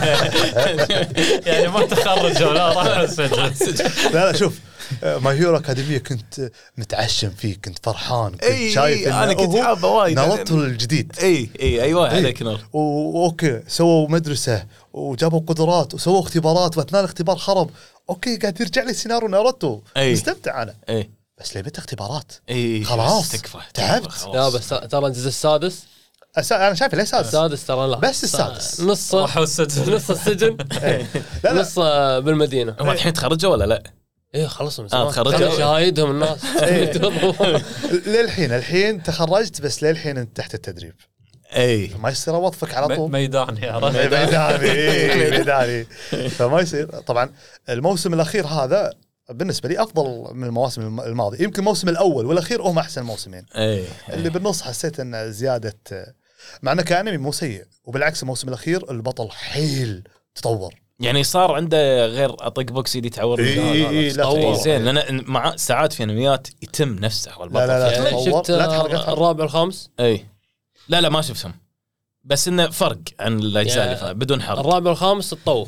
يعني ما تخرجوا لا راح السجن. لا لا شوف ماي هيرو اكاديميه كنت متعشم فيه، كنت فرحان، كنت اي شايف اي انا كنت حابه وايد. ناروتو الجديد. اي اي ايوه إي. عليك نور. واوكي سووا مدرسه وجابوا قدرات وسووا اختبارات واثناء الاختبار خرب. اوكي قاعد يرجع لي سيناريو ناروتو أي. مستمتع انا، اي بس لعبت اختبارات اي خلاص. تكفى تعبت. لا بس ترى الجزء السادس أس- انا شايف ليش سادس. السادس ترى لا بس السادس. نص راحوا السجن. نص السجن إيه. لا لا نص آه، بالمدينه هم الحين تخرجوا ولا لا؟ ايه خلصوا من آه، زمان تخرجوا. كانوا شهايدهم الناس للحين الحين تخرجت بس للحين انت تحت التدريب، اي ما يصير اوظفك على طول. ميدان يا رجل. ميداني إيه، ميداني فما يصير. طبعا الموسم الاخير هذا بالنسبه لي افضل من المواسم الماضيه، يمكن الموسم الاول والاخير هم احسن موسمين. اي اللي بالنص حسيت ان زياده، مع انه كانمي مو سيء، وبالعكس الموسم الاخير البطل حيل تطور. يعني صار عنده غير اطق بوكس يدي تعور إي إي إي، لا تطور. تطور. زين لان مع ساعات في انميات يتم نفسه والبطل. لا لا لا يعني تطور. شفت لا تحرقت. آه، الرابع الخامس اي لا لا ما شفتهم بس انه فرق عن الاجزاء يعني اللي فاتت بدون حرق. الرابع الخامس تطوف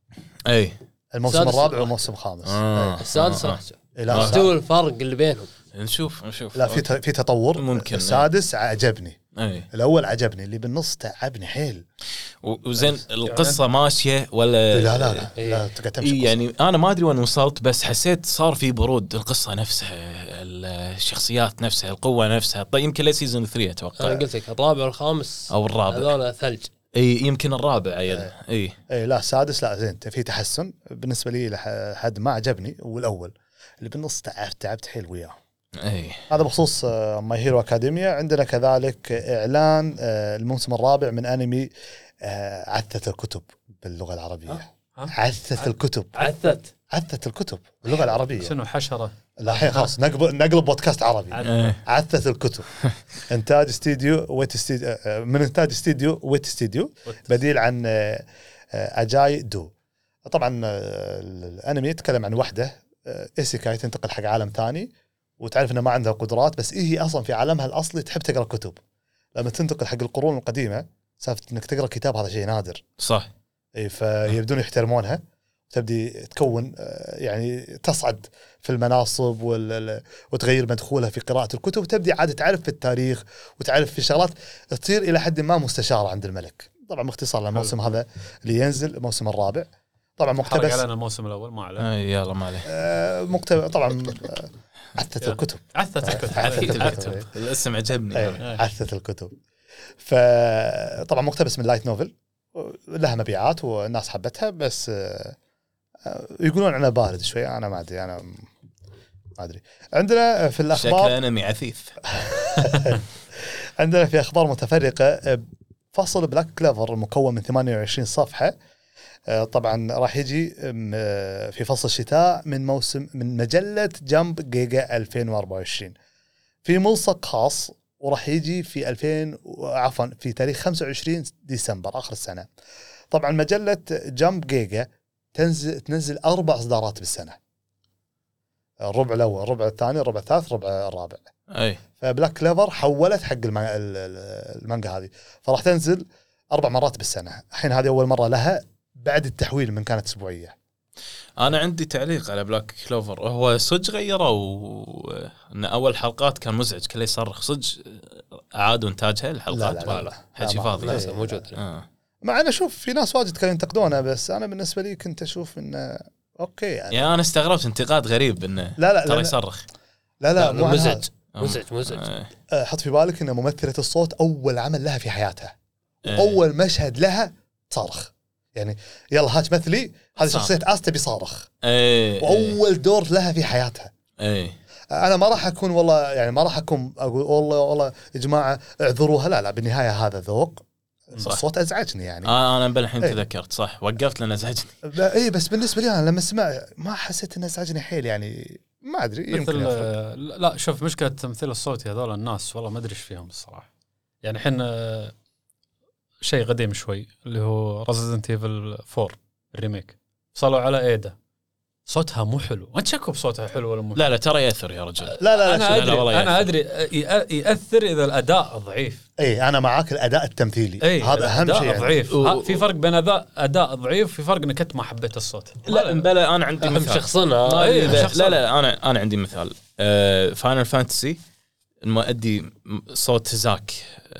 اي الموسم السادس الرابع راح. والموسم الخامس. آه. إيه. السادس آه. راح إيه، لا استوى الفرق اللي بينهم نشوف نشوف لا في ت- في تطور. ممكن. السادس عجبني، اي الاول عجبني، اللي بالنص تعبني حيل. و- وزين القصه ماشيه ولا لا لا لا, إيه. لا تقعد تمشي إيه قصة. يعني انا ما ادري وين وصلت بس حسيت صار في برود القصه نفسها الشخصيات نفسها القوه نفسها. طيب يمكن لي سيزون ثلاثة انا اتوقع قلت لك الرابع والخامس او الرابع. هذول ثلج اي يمكن الرابع عيل. اي اي لا السادس لا زين في تحسن بالنسبه لي لحد ما عجبني، والاول اللي بالنص تعبت تعبت حيل وياه. اي هذا بخصوص ماي هيرو اكاديميا. عندنا كذلك اعلان آه، الموسم الرابع من انمي آه، عثة الكتب باللغه العربيه. ها؟ عثة الكتب عثت عثة الكتب باللغه العربيه. شنو حشره لا الحين خلاص نقلب نقلب بودكاست عربي. إيه. عثة الكتب انتاج استديو ويت استديو آه، من انتاج استديو ويت استديو بديل عن آه، آه، اجاي دو. طبعا آه، الانمي يتكلم عن وحده آه، ايسيكاي تنتقل حق عالم ثاني وتعرف انها ما عندها قدرات، بس إيه هي اصلا في عالمها الاصلي تحب تقرا كتب. لما تنتقل حق القرون القديمه سالفه انك تقرا كتاب هذا شيء نادر. صح. اي فيبدون يحترمونها، تبدي تكون آه، يعني تصعد في المناصب وال- وتغير مدخولها في قراءة الكتب، وتبدي عاد تعرف في التاريخ وتعرف في شغلات تصير إلى حد ما مستشارة عند الملك. طبعا باختصار الموسم هذا اللي ينزل الموسم الرابع طبعا حرق مقتبس علينا الموسم الاول ما عليه. اي يلا ما عليه. آه، مقتبس طبعا آه، عثة الكتب. عثت الكتب. عثت عثت الكتب الاسم عجبني. أي، عثة الكتب. فطبعا مقتبس من لايت نوفل لها مبيعات والناس حبتها، بس آه، آه، يقولون عنها بارد شوي. انا ما ادري انا ما ادري. عندنا في الاخبار شكله انمي عثيث. عندنا في اخبار متفرقه فصل بلاك كليفر المكون من ثمانية وعشرين صفحه آه، طبعا راح يجي م- آه، في فصل الشتاء من موسم من مجله جامب جيجا ألفين وأربعة وعشرين في ملصق خاص، وراح يجي في ألفين و- عفوا في تاريخ خمسة وعشرين ديسمبر اخر السنه. طبعا مجله جامب جيجا تنزل تنزل اربع اصدارات بالسنه، الربع الاول الربع الثاني الربع الثالث الربع الرابع. اي فبلاك كليفر حولت حق الم- ال- ال- المانجا هذه، فراح تنزل اربع مرات بالسنه. الحين هذه اول مره لها بعد التحويل من كانت اسبوعيه. انا عندي تعليق على بلاك كلوفر. هو صدق غيروا ان اول حلقات كان مزعج كله يصرخ صدق اعادوا انتاجها الحلقات؟ لا لا لا, ولا لا. حكي لا، فاضي؟ ما- لسه موجود آه. مع انا اشوف في ناس واجد كانوا ينتقدونه، بس انا بالنسبه لي كنت اشوف انه اوكي يعني. يعني انا استغربت انتقاد غريب انه لا لا ترى لا يصرخ. لا, لا لا، مو عن مزعج. هذا. مزعج مزعج. آه. آه، حط في بالك ان ممثله الصوت اول عمل لها في حياتها، آه. اول مشهد لها صارخ، يعني يلا هات مثلي هذه صح. شخصيه آستا بيصارخ، ايه واول دور لها في حياتها. ايه انا ما راح اكون والله يعني ما راح اكون اقول والله والله يا جماعه اعذروها، لا لا بالنهايه هذا ذوق. صح. الصوت ازعجني يعني. آه انا بالحين إيه. تذكرت صح وقفت لان ازعجني. اي بس بالنسبه لي انا لما اسمع ما حسيت انه ازعجني حيل يعني، ما ادري يمكن مثل يفرق. آه، لا شوف مشكله التمثيل الصوتي هذول الناس والله ما ادري ايش فيهم الصراحه. يعني حين آه، شيء قديم شوي اللي هو ريزيدنت ايفل فور الريميك صلوا على ايدا، صوتها مو حلو، ما تشكوا بصوتها حلو ولا مو لا لا ترى ياثر يا رجل. لا لا لا انا شوف. لا ادري والله انا ادري يأ- ياثر اذا الاداء ضعيف. اي انا معاك الاداء التمثيلي اي هذا اهم الأداء شيء يعني. ضعيف. و- ها، في فرق بين اداء اداء ضعيف، في فرق انك انت ما حبيت الصوت. لا بلا انا عندي هم مثال. شخصنا ما إيه، أدري إذا- شخصاً. لا لا انا انا عندي مثال. فاينل فانتسي المؤدي صوت زاك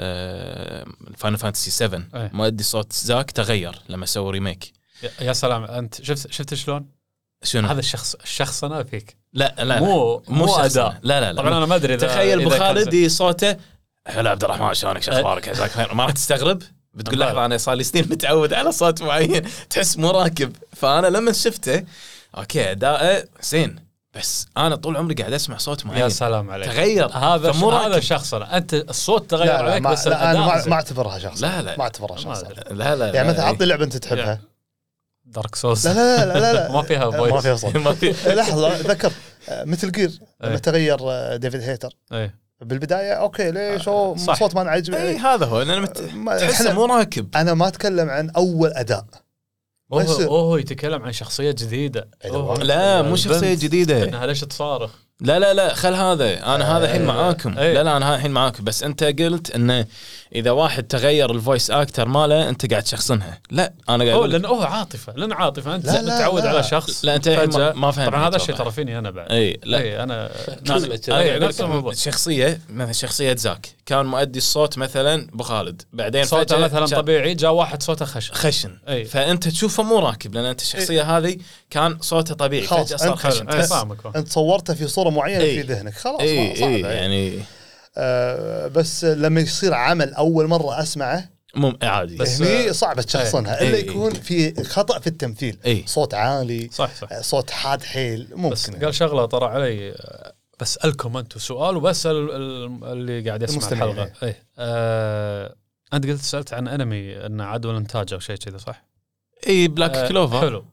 فاينل فانتسي سفن إيه. مؤدي صوت زاك تغير لما سووا ريميك. يا- يا سلام انت شفت شفت شلون شنو هذا الشخص الشخص انا فيك لا لا مو مو شخصنا. اداء. لا لا لا طبعا انا ما ادري إذا- تخيل إذا ابو كان خالد صوته هلا عبد الرحمن شلونك شو اخبارك جزاك خير ما راح تستغرب بتقول لا. لحظه انا صار لي سنين متعود على صوت معين تحس مو راكب. فانا لما شفته اوكي اداءه زين بس انا طول عمري قاعد اسمع صوت معين يا سلام عليك تغير هذا فمو هذا راكب. شخصنا انت الصوت تغير لا لا عليك ما بس لا انا الاداء ما, زين. ما اعتبرها شخص لا لا ما اعتبرها ما شخص أدري. لا لا يعني مثلا إيه. عطني لعبه انت تحبها. دارك سولز لا لا لا لا, لا. ما فيها ما فويس. فيها صوت. ما في لحظه ذكر مثل جير لما إيه. تغير ديفيد هيتر ايه بالبدايه اوكي ليش هو صح. صوت ما عجبني. اي هذا هو لان مت... ما- تحسه إحنا- مو راكب. انا ما اتكلم عن اول اداء. هو بس- هو يتكلم عن شخصيه جديده. أيوة. هو- لا مو شخصيه البنت جديده. انها ليش تصارخ. لا لا لا خل هذا انا هذا الحين معاكم. إيه. لا لا انا الحين معاكم بس انت قلت انه اذا واحد تغير الفويس اكتر ماله انت قاعد تشخصنها. لا انا قاعد هو اقول لانه هو عاطفه لانه عاطفه انت لا، لا، متعود لا. على شخص لا، أنت الحين فجأة- ما- ما فهمت طبعا هذا الشيء أتوقع. ترى فيني انا بعد. اي لا اي انا كلمة انا كذا. إيه، قاعد نفس الموضوع. اقول شخصيه مثلا شخصيه زاك كان مؤدي الصوت مثلا ابو خالد بعدين صوته فجأة مثلا جاء طبيعي جاء واحد صوته خشن. خشن اي فانت تشوفه مو راكب لان انت الشخصيه هذه كان صوته طبيعي خلاص، فجاه صار أنت- خشن اي تحس. فاهمك. انت صورته في صوره معينه إيه. في ذهنك خلاص اي ما- صعبة اي يعني. يعني آه بس لما يصير عمل اول مره اسمعه مو عادي بس- هني صعبه تشخصنها إيه. الا إيه. يكون في خطا في التمثيل. إيه. صوت عالي صح صح. صوت حاد حيل بس ممكن. قال شغله طرى علي آه، بسالكم انتم سؤال وبسال ال- اللي قاعد يسمع المستمعين، الحلقه. ايه آه انت قلت سالت عن انمي انه عدو الانتاج او شيء كذا صح؟ اي بلاك آه، كلوفر حلو.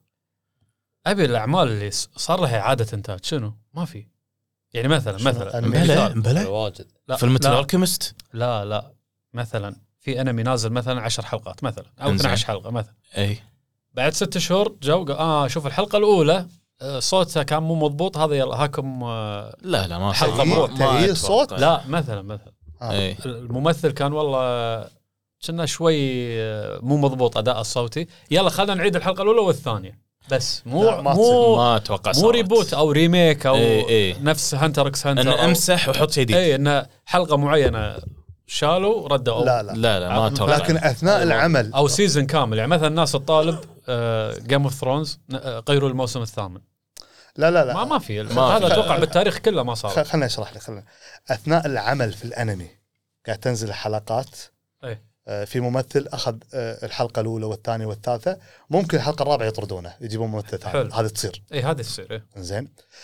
ابي الاعمال اللي س- صار لها اعاده انتاج شنو؟ ما في. يعني مثلا شنو؟ مثلا أنمي؟ بلا مثال. بلا واجد. لا فيلم لا, الكيمست لا لا مثلا في انمي نازل مثلا عشر حلقات مثلا او إنزين. اثنتي عشرة حلقه مثلا، اي بعد ست شهور جو قال اه شوف الحلقه الاولى آه، صوتها كان مو مضبوط، هذا يلا هاكم آه لا لا ما حلقة ما- مروح. ما تغيير أتوقع. صوت؟ لا مثلا مثلا آه. اي الممثل كان والله كنا شوي آه، مو مضبوط اداء الصوتي، يلا خلينا نعيد الحلقه الاولى والثانيه بس مو لا، ما مو ما اتوقع مو صارت. ريبوت او ريميك او إيه إيه. نفس هانتر اكس هانتر انه أو- امسح وحط شيء جديد. اي انه حلقه معينه شالوا ردوا أو لا لا لا لا ما اتوقع. لكن اثناء العمل او سيزون كامل. يعني مثلا الناس الطالب جيم اوف ثرونز غيروا الموسم الثامن. لا لا لا ما ما في ما هذا في. اتوقع بالتاريخ كله ما خ- صار. خلنا اشرح لك خلنا اثناء العمل في الانمي قاعد تنزل الحلقات. اي آه، في ممثل اخذ آه، الحلقه الاولى والثانيه والثالثه، ممكن الحلقه الرابعه يطردونه يجيبون ممثل ثاني، حلو. هذه تصير اي هذه تصير. إيه. زين.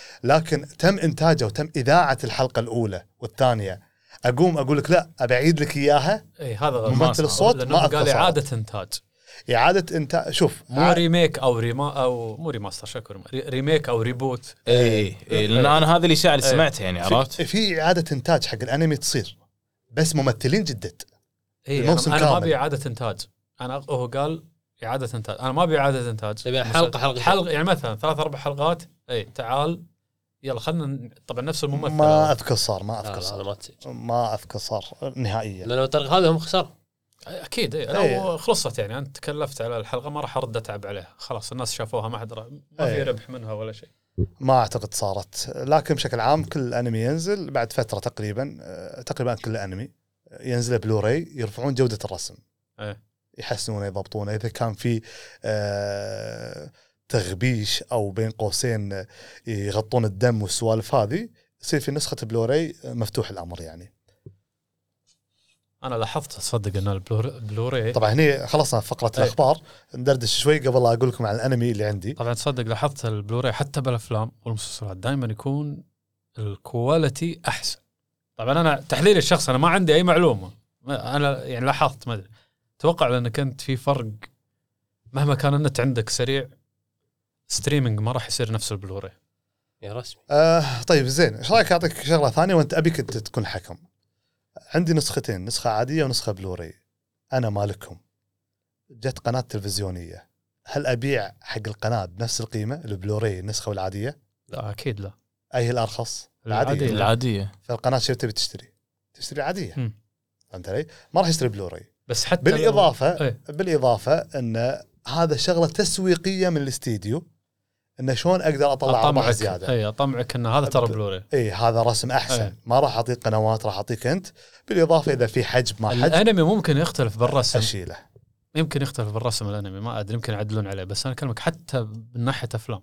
لكن تم انتاجه وتم اذاعه الحلقه الاولى والثانيه، اقوم اقول لك لا ابي اعيد لك اياها. اي هذا غلط. ممثل ما صار. الصوت لأنه ما قال أذكر صار. اعاده انتاج اعاده انتاج شوف مو ع- ريميك او ريما او مو ريماستر شكر ري- ريميك او ريبوت. اي اي لان انا هذا اللي شاعر إيه. سمعته يعني عرفت. في, في اعاده انتاج حق الانمي تصير بس ممثلين جدد. اي الموسم انا, أنا ما كامل. ابي اعاده انتاج. انا هو قال اعاده انتاج، انا ما ابي اعاده انتاج. تبي حلقة- حلقة. حلقه يعني مثلا ثلاث اربع حلقات. اي تعال يلا خلينا طبعا نفس الممثل. ما اذكر صار ما لا اذكر لا صار هذا ما تصير. ما اذكر صار نهائيا. لانه الطريقه هذه هم خساره. اكيد اي إيه. لو خلصت يعني انت تكلفت على الحلقه ما راح ارد اتعب عليها، خلاص الناس شافوها ما حد را- ما في إيه. ربح منها ولا شيء. ما اعتقد صارت، لكن بشكل عام كل انمي ينزل بعد فتره تقريبا آه، تقريبا كل انمي ينزل بلوراي يرفعون جوده الرسم، ايه يحسنونه يضبطونه. اذا كان في آه، تغبيش او بين قوسين آه، يغطون الدم والسوالف هذه يصير في نسخه بلوراي مفتوح الامر يعني. انا لاحظت تصدق ان البلوراي طبعا هني خلصنا فقره أي. الاخبار، ندردش شوي قبل لا اقول لكم عن الانمي اللي عندي. طبعا تصدق لاحظت البلوراي حتى بالافلام والمسلسلات دائما يكون الكواليتي احسن. طبعا انا تحليل الشخص انا ما عندي اي معلومه، انا يعني لاحظت ما ادري، اتوقع لانك انت في فرق مهما كان النت عندك سريع ستريمينج ما راح يصير نفس البلوراي يا رسمي. آه طيب زين، ايش رايك اعطيك شغله ثانيه وانت ابيك انت تكون حكم. عندي نسختين، نسخه عاديه ونسخه بلوراي. انا مالكم جت قناه تلفزيونيه، هل ابيع حق القناه بنفس القيمه البلوراي النسخه والعاديه؟ لا اكيد لا. اي هي الارخص؟ العادية. العاديه. فالقناه شو تبي تشتري؟ تشتري عاديه. مم. فهمت علي؟ ما راح يشتري بلوراي. بس حتى بالاضافه لو... ايه. بالاضافه ان هذا شغله تسويقيه من الاستديو، انه شلون اقدر اطلع ارباح زياده. اي اطمعك ان هذا ترى بلوراي. اي هذا رسم احسن. أي. ما راح اعطيك قنوات، راح اعطيك انت. بالاضافه اذا في حجم ما حجم الانمي ممكن يختلف بالرسم، اشيله. يمكن يختلف بالرسم الانمي ما ادري، يمكن يعدلون عليه، بس انا اكلمك حتى من ناحيه افلام.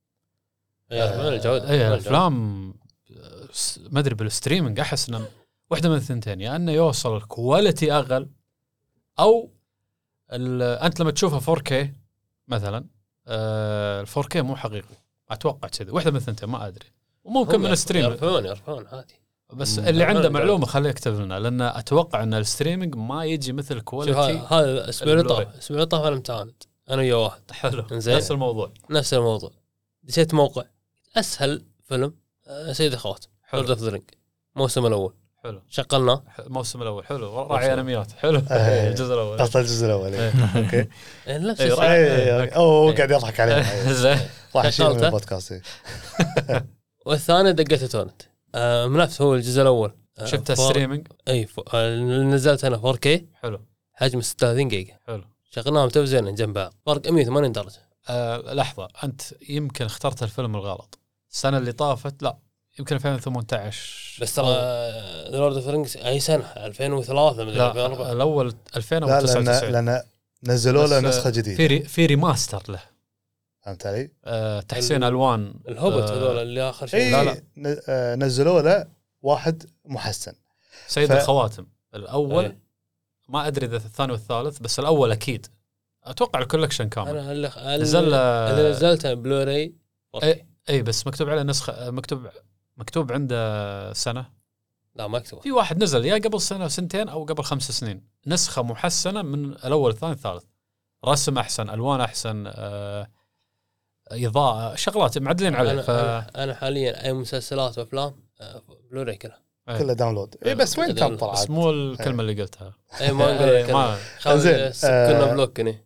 اي الجوده. اي الافلام ما ادري بالستريمنج احس انه واحده من الثنتين، يا انه يوصل الكواليتي اقل او انت لما تشوفها فور كي مثلا ال فور كي مو حقيقي، اتوقع كذا واحده من الثنتين ما ادري، وممكن من الستريم يرفعون يرفعون عادي. بس اللي عنده معلومه خليه يكتب لنا، لان اتوقع ان الستريمنج ما يجي مثل كواليتي. هذا الاسبوع اللي طاف الاسبوع اللي طاف انا امتحنت انا ويا واحد. حلو. إنزين. نفس الموضوع نفس الموضوع. دشيت موقع اسهل فيلم آه، سيد اخوات لورد اوف ذا رينج الموسم الاول. حلو. شغلنا الموسم الاول حلو، راعي انميات حلو. أي. الجزء الاول اصل الجزء الاول إيه. اوكي. نفس إيه، الشيء. اي اوه قاعد يضحك علينا. زين. راح يشيل من شغلته. البودكاست. والثاني دقيت تورنت آه نفس هو الجزء الاول. آه شفت فور- الستريمنج اي ف... آه نزلت انا فور كي حلو حجم ستة وثلاثين جيجا. حلو. شغلناهم تلفزيونين جنب بعض فرق مية وثمانين درجه. أه لحظه، انت يمكن اخترت الفيلم الغلط. السنه اللي طافت لا يمكن ألفين وثمانية عشر، بس ترى لورد اوف رينجز اي سنه ألفين وثلاثة من ألفين وأربعة. لا الاول ألفين لا وتسعة لان وتسعين لان نزلوا له بس، نسخه في جديده. ري في ريماستر له. فهمت علي؟ أه تحسين ال- الوان. الهوبت آه، هذول اللي اخر شيء. اي لا، لا. ن- آه، نزلوا له واحد محسن. سيد ف- الخواتم الاول. إيه. ما ادري اذا الثاني والثالث، بس الاول اكيد اتوقع الكولكشن كامل. انا اللي نزل اللي نزلته بلوراي. اي اي بس مكتوب عليه نسخه، مكتوب مكتوب عنده سنه. لا ما اكتب. في واحد نزل يا قبل سنه وسنتين او قبل خمس سنين نسخه محسنه من الاول الثاني الثالث، رسم احسن، الوان احسن، آه اضاءه، شغلات معدلين عليه. أنا, ف أنا, انا حاليا اي مسلسلات وافلام آه، بلوراي كلها. إيه. كله داونلود. اي بس وين كان طلع؟ بس مو الكلمه اللي قلتها. اي ما نقول إيه، لك ما إنزين، كنا آه، بلوك هنا.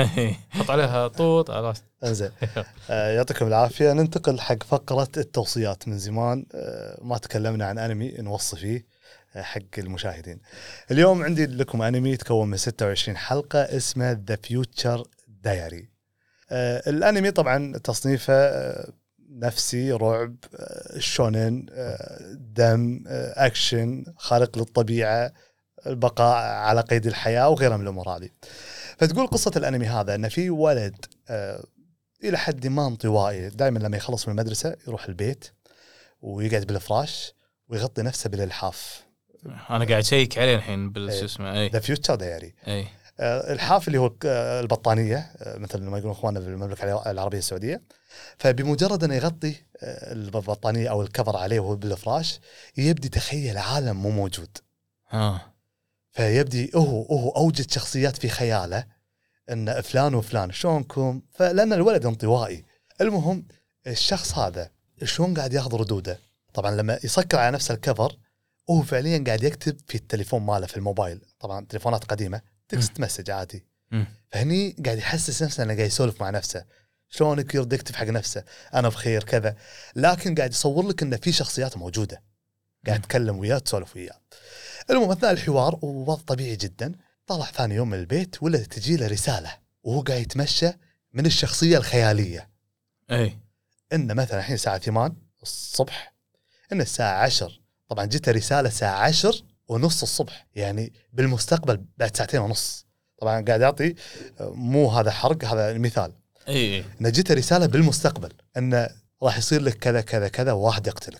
حط عليها طوط عرفت. انزين. آه يعطيكم العافيه. ننتقل حق فقره التوصيات. من زمان آه ما تكلمنا عن انمي نوصي فيه آه حق المشاهدين. اليوم عندي لكم انمي يتكون من ستة وعشرين حلقه اسمه ذا فيوتشر دايري. آه الانمي طبعا تصنيفه آه نفسي، رعب، آه شونن، آه دم، آه اكشن، خارق للطبيعه، البقاء على قيد الحياه وغيرها من الامور هذه. فتقول قصة الأنمي هذا أن في ولد آه إلى حد ما انطوائي، دائما لما يخلص من المدرسة يروح البيت ويقعد بالفراش ويغطي نفسه بالإلحاف. انا قاعد اشيك عليه الحين بالشو إيه. اسمه. اي ذا فيوتشر دايري. اي آه الحاف اللي هو آه البطانية، آه مثل ما يقولون إخواننا في المملكة العربية السعودية. فبمجرد أنه يغطي آه البطانية أو الكفر عليه وهو بالفراش يبدي تخيل عالم مو موجود. ها فيبدي هو هو أوجد شخصيات في خياله ان فلان وفلان شلونكم، فلان الولد انطوائي. المهم الشخص هذا شلون قاعد ياخذ ردوده. طبعا لما يسكر على نفس الكفر هو فعليا قاعد يكتب في التليفون ماله في الموبايل، طبعا تليفونات قديمه تكست مسج عادي. م. فهني قاعد يحسس نفسه انه قاعد يسولف مع نفسه، شلونك، يرد يكتب حق نفسه انا بخير كذا، لكن قاعد يصور لك انه في شخصيات موجوده قاعد تكلم وياه تسولف وياه. المهم اثناء الحوار ووضع طبيعي جدا طلع ثاني يوم من البيت ولا تجي له رساله وهو قاعد يتمشى من الشخصيه الخياليه اي ان مثلا الحين الساعه ثمانية الصبح، ان الساعه عشرة، طبعا جته رساله الساعه عشرة ونص الصبح، يعني بالمستقبل بعد ساعتين ونص. طبعا قاعد يعطي مو هذا حرق، هذا مثال. اي ان جته رساله بالمستقبل ان راح يصير لك كذا كذا كذا وواحد يقتلك.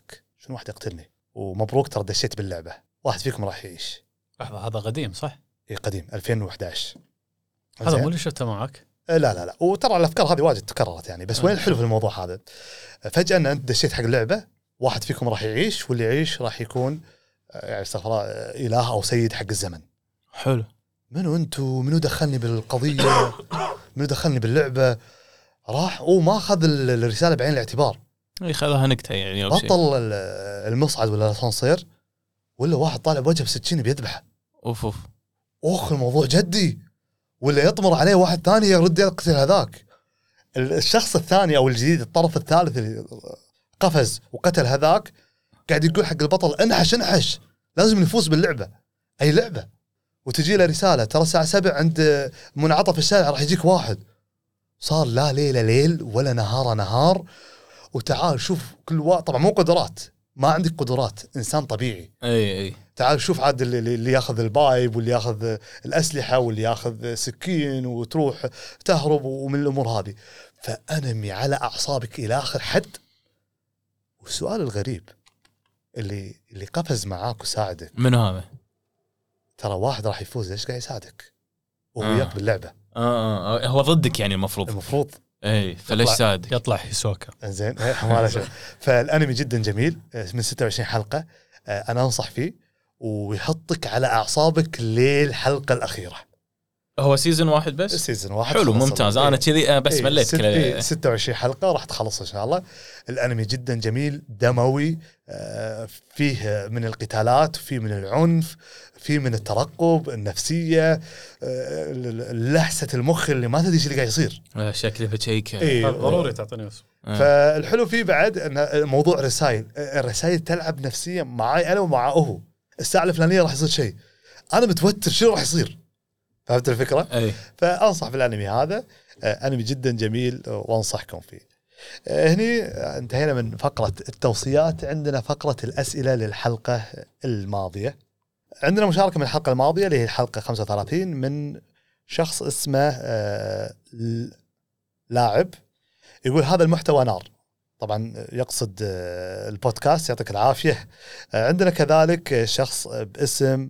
شنو واحد يقتلني ومبروك ترى دشيت باللعبه، واحد فيكم راح يعيش. لحظه هذا قديم صح؟ اي قديم ألفين وأحد عشر. هذا مو اللي شفته معك؟ لا لا لا، وترى الافكار هذه واجد تكررت يعني، بس وين الحلو في الموضوع هذا؟ فجاه ان انت دشيت حق اللعبه، واحد فيكم راح يعيش، واللي يعيش راح يكون يعني استغفر الله اله او سيد حق الزمن. حلو. منو انتو؟ منو دخلني بالقضيه؟ منو دخلني باللعبه؟ راح وما اخذ الرساله بعين الاعتبار، يخذها نكته يعني او شيء. بطل المصعد ولا الاسانسير، ولا واحد طالع بوجهه بسكينه بيذبحه. اوف اوف اخ الموضوع جدي. ولا يطمر عليه واحد ثاني يرد يقتل هذاك الشخص الثاني او الجديد، الطرف الثالث اللي قفز وقتل هذاك، قاعد يقول حق البطل انحش انحش لازم نفوز باللعبه، اي لعبه. وتجي له رساله ترى الساعه سبعة عند منعطف الشارع راح يجيك واحد. صار لا ليله ليل ولا نهار نهار، وتعال شوف كل واحد. طبعا مو قدرات، ما عندك قدرات انسان طبيعي. اي اي تعال شوف عاد اللي, اللي ياخذ البايب واللي ياخذ الاسلحه واللي ياخذ سكين وتروح تهرب ومن الامور هذه. فانمي على اعصابك الى اخر حد. والسؤال الغريب اللي اللي قفز معاك وساعدك، من هذا؟ ترى واحد راح يفوز، ليش قاعد يساعدك وهو وياك آه. باللعبه؟ آه, اه هو ضدك يعني المفروض. المفروض اي فليش ساعدك؟ يطلع هيسوكا. زين ما شيء. فالانمي جدا جميل من ستة وعشرين حلقه، انا انصح فيه ويحطك على اعصابك للحلقه الاخيره. هو سيزن واحد بس؟ سيزن واحد. حلو ممتاز. انا كذي بس إيه مليت ست كله. ستة وعشرين حلقه راح تخلص ان شاء الله. الانمي جدا جميل، دموي، فيه من القتالات، فيه من العنف، فيه من الترقب، النفسية، لحسة المخ اللي ما تدري ايش اللي قاعد يصير. شكله بشيك. إيه ضروري تعطيني اسم. فالحلو فيه بعد ان موضوع رسائل الرسائل تلعب نفسيا معي انا ومعه. الساعة الفلانية راح يصير شيء، انا متوتر شو راح يصير. فهمت الفكرة؟ أي. فانصح بالانمي هذا، انمي جدا جميل وانصحكم فيه. هني انتهينا من فقرة التوصيات، عندنا فقرة الأسئلة للحلقة الماضية. عندنا مشاركة من الحلقة الماضية اللي هي الحلقة خمسة وثلاثين من شخص اسمه لاعب، يقول هذا المحتوى نار. طبعا يقصد البودكاست، يعطيك العافية. عندنا كذلك شخص باسم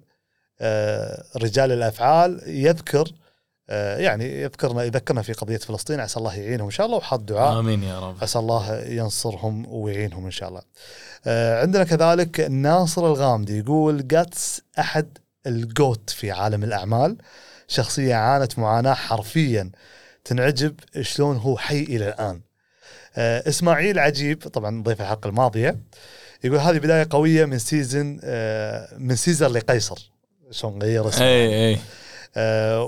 رجال الأفعال يذكر يعني يذكرنا يذكرنا في قضية فلسطين، عسى الله يعينهم إن شاء الله، وحط دعاء آمين يا رب، عسى الله ينصرهم ويعينهم إن شاء الله. عندنا كذلك ناصر الغامدي يقول جاتس أحد الجوت في عالم الأعمال، شخصية عانت معاناة حرفيا تنعجب شلون هو حي إلى الآن. إسماعيل عجيب طبعا ضيف الحلقة الماضية يقول هذه بداية قوية من سيزن من سيزر لقيصر، شلون غير اسمه. اي اي آه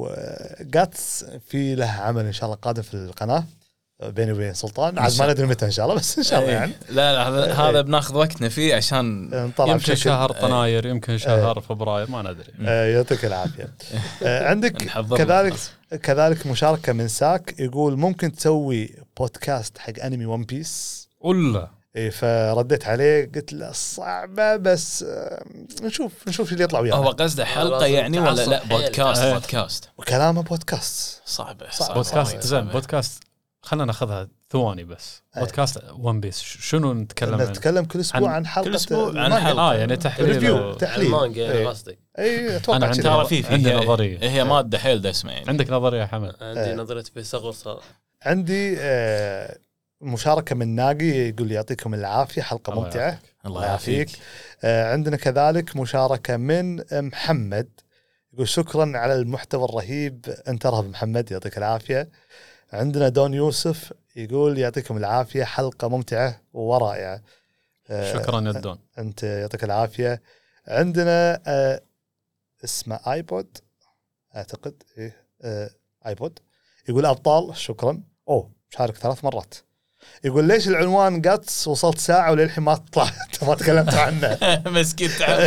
وجاتس في له عمل ان شاء الله قادم في القناه بيني وبين سلطان، عاد ما ندري متى ان شاء الله، بس ان شاء الله يعني. لا لا هذا هذا بناخذ وقتنا فيه عشان يمكن شهر طناير، يمكن شهر فبراير، ما ندري. آه يعطيك العافيه. آه عندك كذلك كذلك مشاركه من ساك يقول ممكن تسوي بودكاست حق انمي ون بيس ولا إيه؟ فرديت عليه قلت له صعبة، بس نشوف نشوف اللي يطلع وياه. هو قصده حلقة يعني ولا لا بودكاست؟ بودكاست وكلامه بودكاست صعبة. صعب. بودكاست زين. بودكاست خلنا ناخذها ثواني بس. بودكاست ون بيس شنو نتكلم عنه؟ نتكلم كل اسبوع عن, عن حلقة كل اسبوع عن حلقة اه يعني تحليل تحليل المانجا قصدي. اي اتوقع انا عندي ترى في عندي هي نظريه، هي مادة حيل دسمة يعني. عندك نظريه يا حمد؟ عندي نظريه في صغر صار. عندي آه مشاركة من ناقي يقول يعطيكم العافية، حلقة الله ممتعة. يعافيك. الله يعافيك. آه عندنا كذلك مشاركة من محمد يقول شكرا على المحتوى الرهيب، انت رهب محمد يعطيك العافية. عندنا دون يوسف يقول يعطيكم العافية، حلقة ممتعة ورائعة. آه شكرا يا دون، انت يعطيك العافية. عندنا آه اسمه ايبود اعتقد ايه آه ايبود يقول ابطال شكرا. اوه مشارك ثلاث مرات. يقول ليش العنوان جاتس وصلت ساعة وللحين ما تطلع ما تكلمت عنه. مسكين.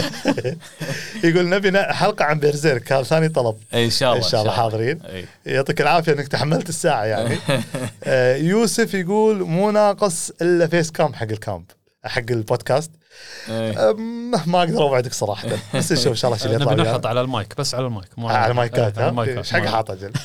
يقول نبي حلقة عن بيرزيرك، هذا ثاني طلب. ان شاء الله ان شاء الله حاضرين. أي. يعطيك العافية انك تحملت الساعة يعني. آه يوسف يقول مو ناقص الا فيس كام حق الكامب حق البودكاست. ما اقدر اوعدك صراحة، بس نشوف ان شاء الله شيء يطلع. نبي نحط على المايك، بس على المايك مو على المايكات. ايش حق حاطه جل.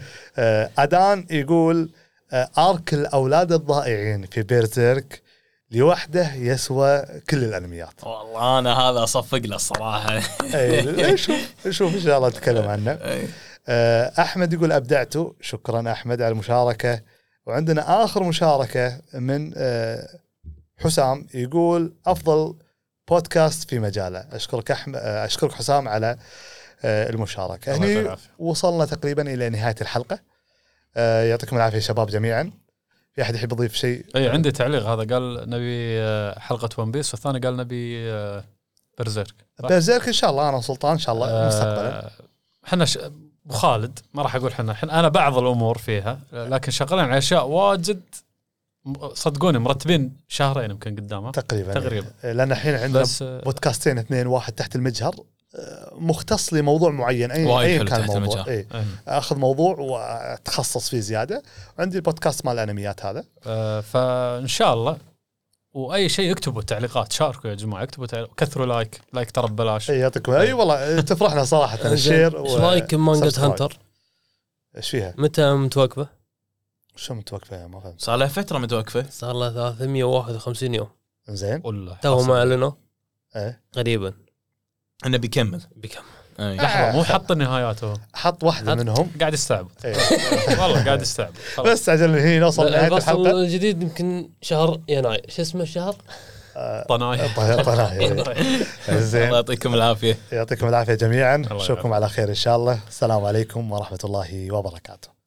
ادان يقول ارك الاولاد الضائعين في بيرزيرك لوحده يسوى كل الانميات. والله انا هذا اصفق له الصراحه. اي شوف شوف ان شاء الله نتكلم عنه. أي. آه، احمد يقول ابدعتوا، شكرا احمد على المشاركه. وعندنا اخر مشاركه من آه، حسام يقول افضل بودكاست في مجاله. اشكرك احمد، اشكرك حسام على آه، المشاركه. الله يعطيه هني العافية. وصلنا تقريبا الى نهايه الحلقه. آه، يعطيكم العافيه شباب جميعا. في احد يحب يضيف شيء؟ اي عندي تعليق. هذا قال نبي آه، حلقه ون بيس، والثاني قال نبي آه، برزيرك. بيرزيرك ان شاء الله، انا سلطان ان شاء الله مستقبلا. احنا ش... ابو خالد ما راح اقول احنا احنا انا بعض الامور فيها، لكن شغالين على اشياء واجد صدقوني مرتبين شهرين يمكن قدامها تقريبا تقريبا. لان الحين عندنا بس بودكاستين اثنين، واحد تحت المجهر آه، مختص لموضوع معين، اي وايد اي حلو كان تحت الموضوع. المجهر. اي آه. اخذ موضوع واتخصص فيه زياده. عندي البودكاست مال الانميات هذا. آه، فان شاء الله. واي شيء اكتبوا تعليقات، شاركوا يا جماعه، اكتبوا تعليق. كثروا لايك لايك ترى ببلاش. اي يعطيكم اي والله تفرحنا صراحه. الشير ايش رايك بمانجا هانتر؟ ايش فيها؟ متى متوقفه؟ شو متوقفه؟ ما فهمت. صار لها فتره متوقفه. صار له ثلاثمية وواحد وخمسين يوم زين. والله تو ما اعلنوا ايه قريبا انه بيكمل. بكم. أي. لحظه مو حط النهايات هو حط واحده منهم. قاعد يستعبط. إيه. والله قاعد يستعبط. خلاص. بس عجل هي نوصل نهايه الفصل الحلقه. الجديد يمكن شهر يناير. شو اسمه الشهر؟ طناي. طناي. زين. الله يعطيكم العافيه. يعطيكم العافيه جميعا. الله نشوفكم على خير ان شاء الله. السلام عليكم ورحمه الله وبركاته.